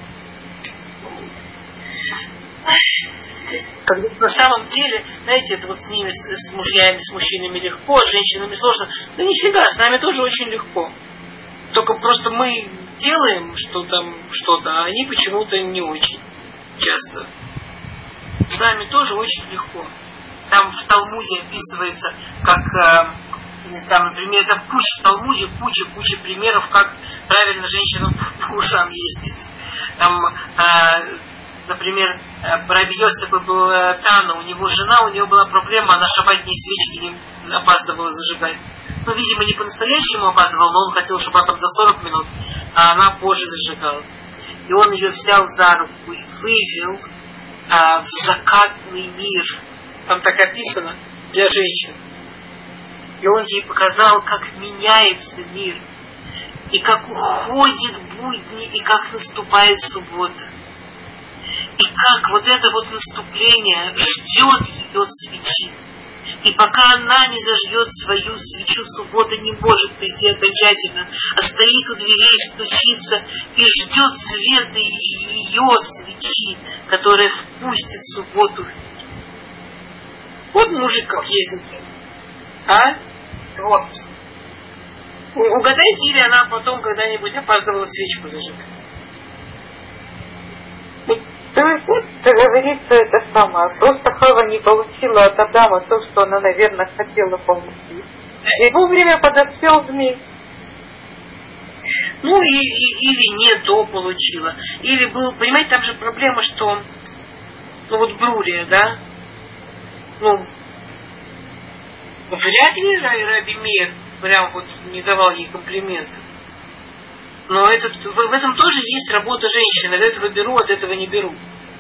Когда на самом деле, знаете, это вот с ними, с мужьями, с мужчинами легко, с женщинами сложно. Да нифига, с нами тоже очень легко. Только просто мы делаем что там, что-то, а они почему-то не очень часто. С нами тоже очень легко. Там в Талмуде описывается, как, не знаю, например, там куча в Талмуде, куча-куча примеров, как правильно женщинам по ушам ездить. Там, например, Раби Йосеф такой был Тана, у него жена, у него была проблема, она шаббатные свечки не опаздывала зажигать. Ну, видимо, не по-настоящему опаздывала, но он хотел, чтобы она там за сорок минут, а она позже зажигала. И он ее взял за руку и вывел а, в закатный мир. Там так описано для женщин. И он ей показал, как меняется мир, и как уходит будни, и как наступает суббота. И как вот это вот наступление ждет ее свечи. И пока она не зажжет свою свечу, суббота не может прийти окончательно, а стоит у дверей, стучится и ждет света ее свечи, которая впустит субботу в мир. Вот мужик как ездит. А? Вот. Угадайте, или она потом когда-нибудь опаздывала свечку зажигать. То есть, как говорится, это самое. Просто Хава не получила от Адама то, что она, наверное, хотела получить. И вовремя подоспел змей. Ну, и, и, или не то получила. Или был, понимаете, там же проблема, что, ну вот Брурия, да, ну, вряд ли Раби Меир прям вот не давал ей комплиментов. Но это, в, в этом тоже есть работа женщины. От этого беру, от этого не беру.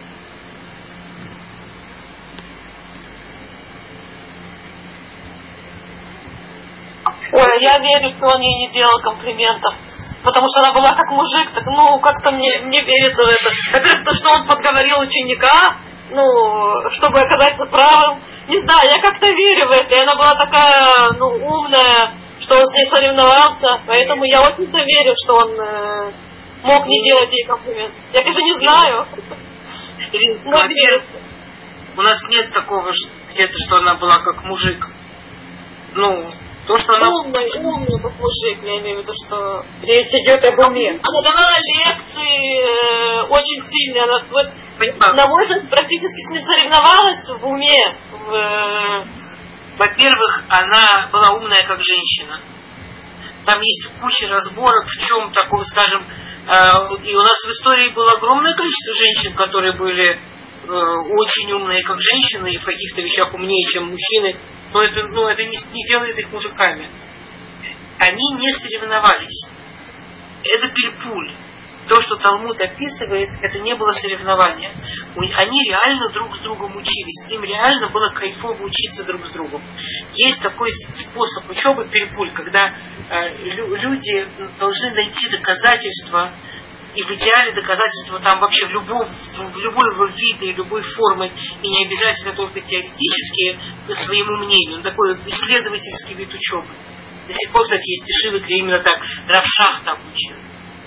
Ой, я верю, что он ей не делал комплиментов. Потому что она была как мужик, так ну как-то мне, мне верится в это. Во-первых, то, что он подговорил ученика, ну, чтобы оказаться правым. Не знаю, я как-то верю в это. И она была такая, ну, умная, что он с ней соревновался. Поэтому я очень-то верю, что он э, мог не делать ей комплимент. Я, конечно, не знаю. Ирина, во-первых, у нас нет такого где-то, что она была как мужик. Ну, то, что она... Умный, умный как мужик, я имею в виду, что... Речь идет об уме. Она давала лекции э, очень сильные. Она, то есть, на мой взгляд, практически с ним соревновалась в уме. В, э... Во-первых, она была умная как женщина. Там есть куча разборок, в чем такого, скажем... Э, и у нас в истории было огромное количество женщин, которые были э, очень умные как женщины и в каких-то вещах умнее, чем мужчины. Но это, ну, это не, не делает их мужиками. Они не соревновались. Это пильпуль. То, что Талмуд описывает, это не было соревнования. Они реально друг с другом учились. Им реально было кайфово учиться друг с другом. Есть такой способ учебы пильпуль, когда э, люди должны найти доказательства, и в идеале доказательства там вообще в, любом, в любой виде и любой формы, и не обязательно только теоретические, по своему мнению. Такой исследовательский вид учебы. До сих пор, кстати, есть ешивы, где именно так Рав Шах там учил.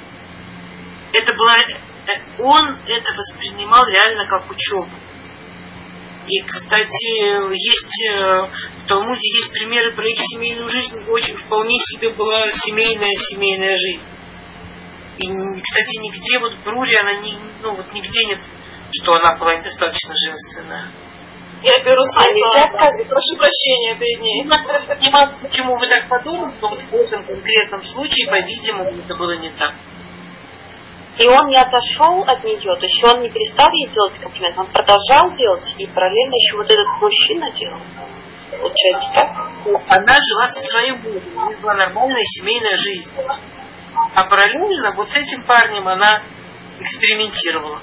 Это было, он это воспринимал реально как учебу. И, кстати, есть в Талмуде есть примеры про их семейную жизнь. Очень вполне себе была семейная семейная жизнь. И, кстати, нигде вот в Бруре она не, ну вот нигде нет, что она была недостаточно женственная. Я беру свои а слова. Прошу прощения перед ней. Не понимаю, почему вы так подумали, но вот в этом конкретном случае, по-видимому, это было не так. И он не отошел от нее, то есть он не перестал ей делать комплимент, он продолжал делать, и параллельно еще вот этот мужчина делал. Получается так? Она жила со своим мужем, у них была нормальная семейная жизнь. А параллельно вот с этим парнем она экспериментировала.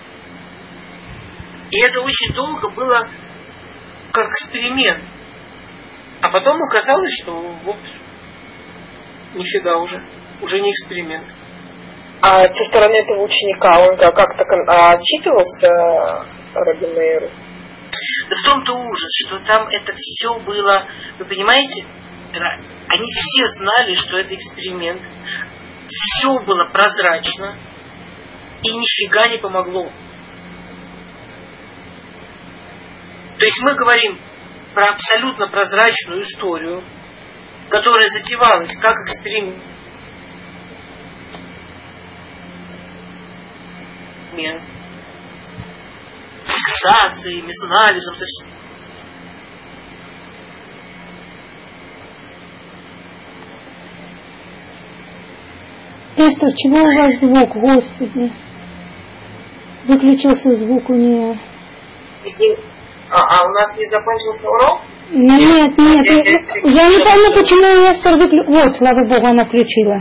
И это очень долго было как эксперимент. А потом оказалось, что вот нифига уже, уже не эксперимент. А со стороны этого ученика он как-то отчитывался Раби Меиру? Да в том-то ужас, что там это все было, вы понимаете, они все знали, что это эксперимент. Все было прозрачно и нифига не помогло. То есть мы говорим про абсолютно прозрачную историю, которая затевалась как эксперимент. С фиксациями, с анализом, со всем. Эстер, чего у вас звук, Господи? Выключился звук у нее. А, а у нас не закончился урок? Нет, нет, я, я не помню, почему Эстер выключила. Вот, слава Богу, она включила.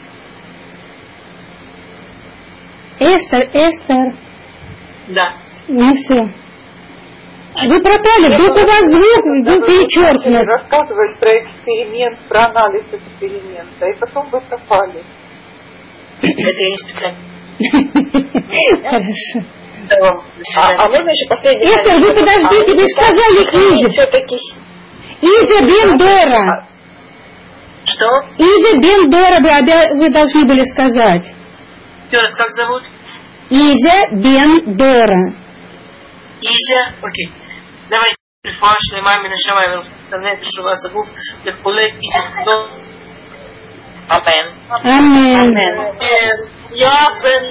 Эстер, Эстер. Да. Ну все. Вы пропали, вдруг у вас звук, вы перечеркнут. Рассказывать про эксперимент, про анализ эксперимента, и потом вы пропали. Это я не специально. Хорошо. А, а можно еще последний? Эстер, вы подождите, вы сказали Иза. Все-таки... Иза бен Дора. Что? Иза бен Дора вы, обя... вы должны были сказать. Еще раз, как зовут? Иза бен Дора. Иза, окей. Давайте. Рифуашной маме на шамай, напишу вас обув, легкуле, Иза, до. Амен. Амен. Я бен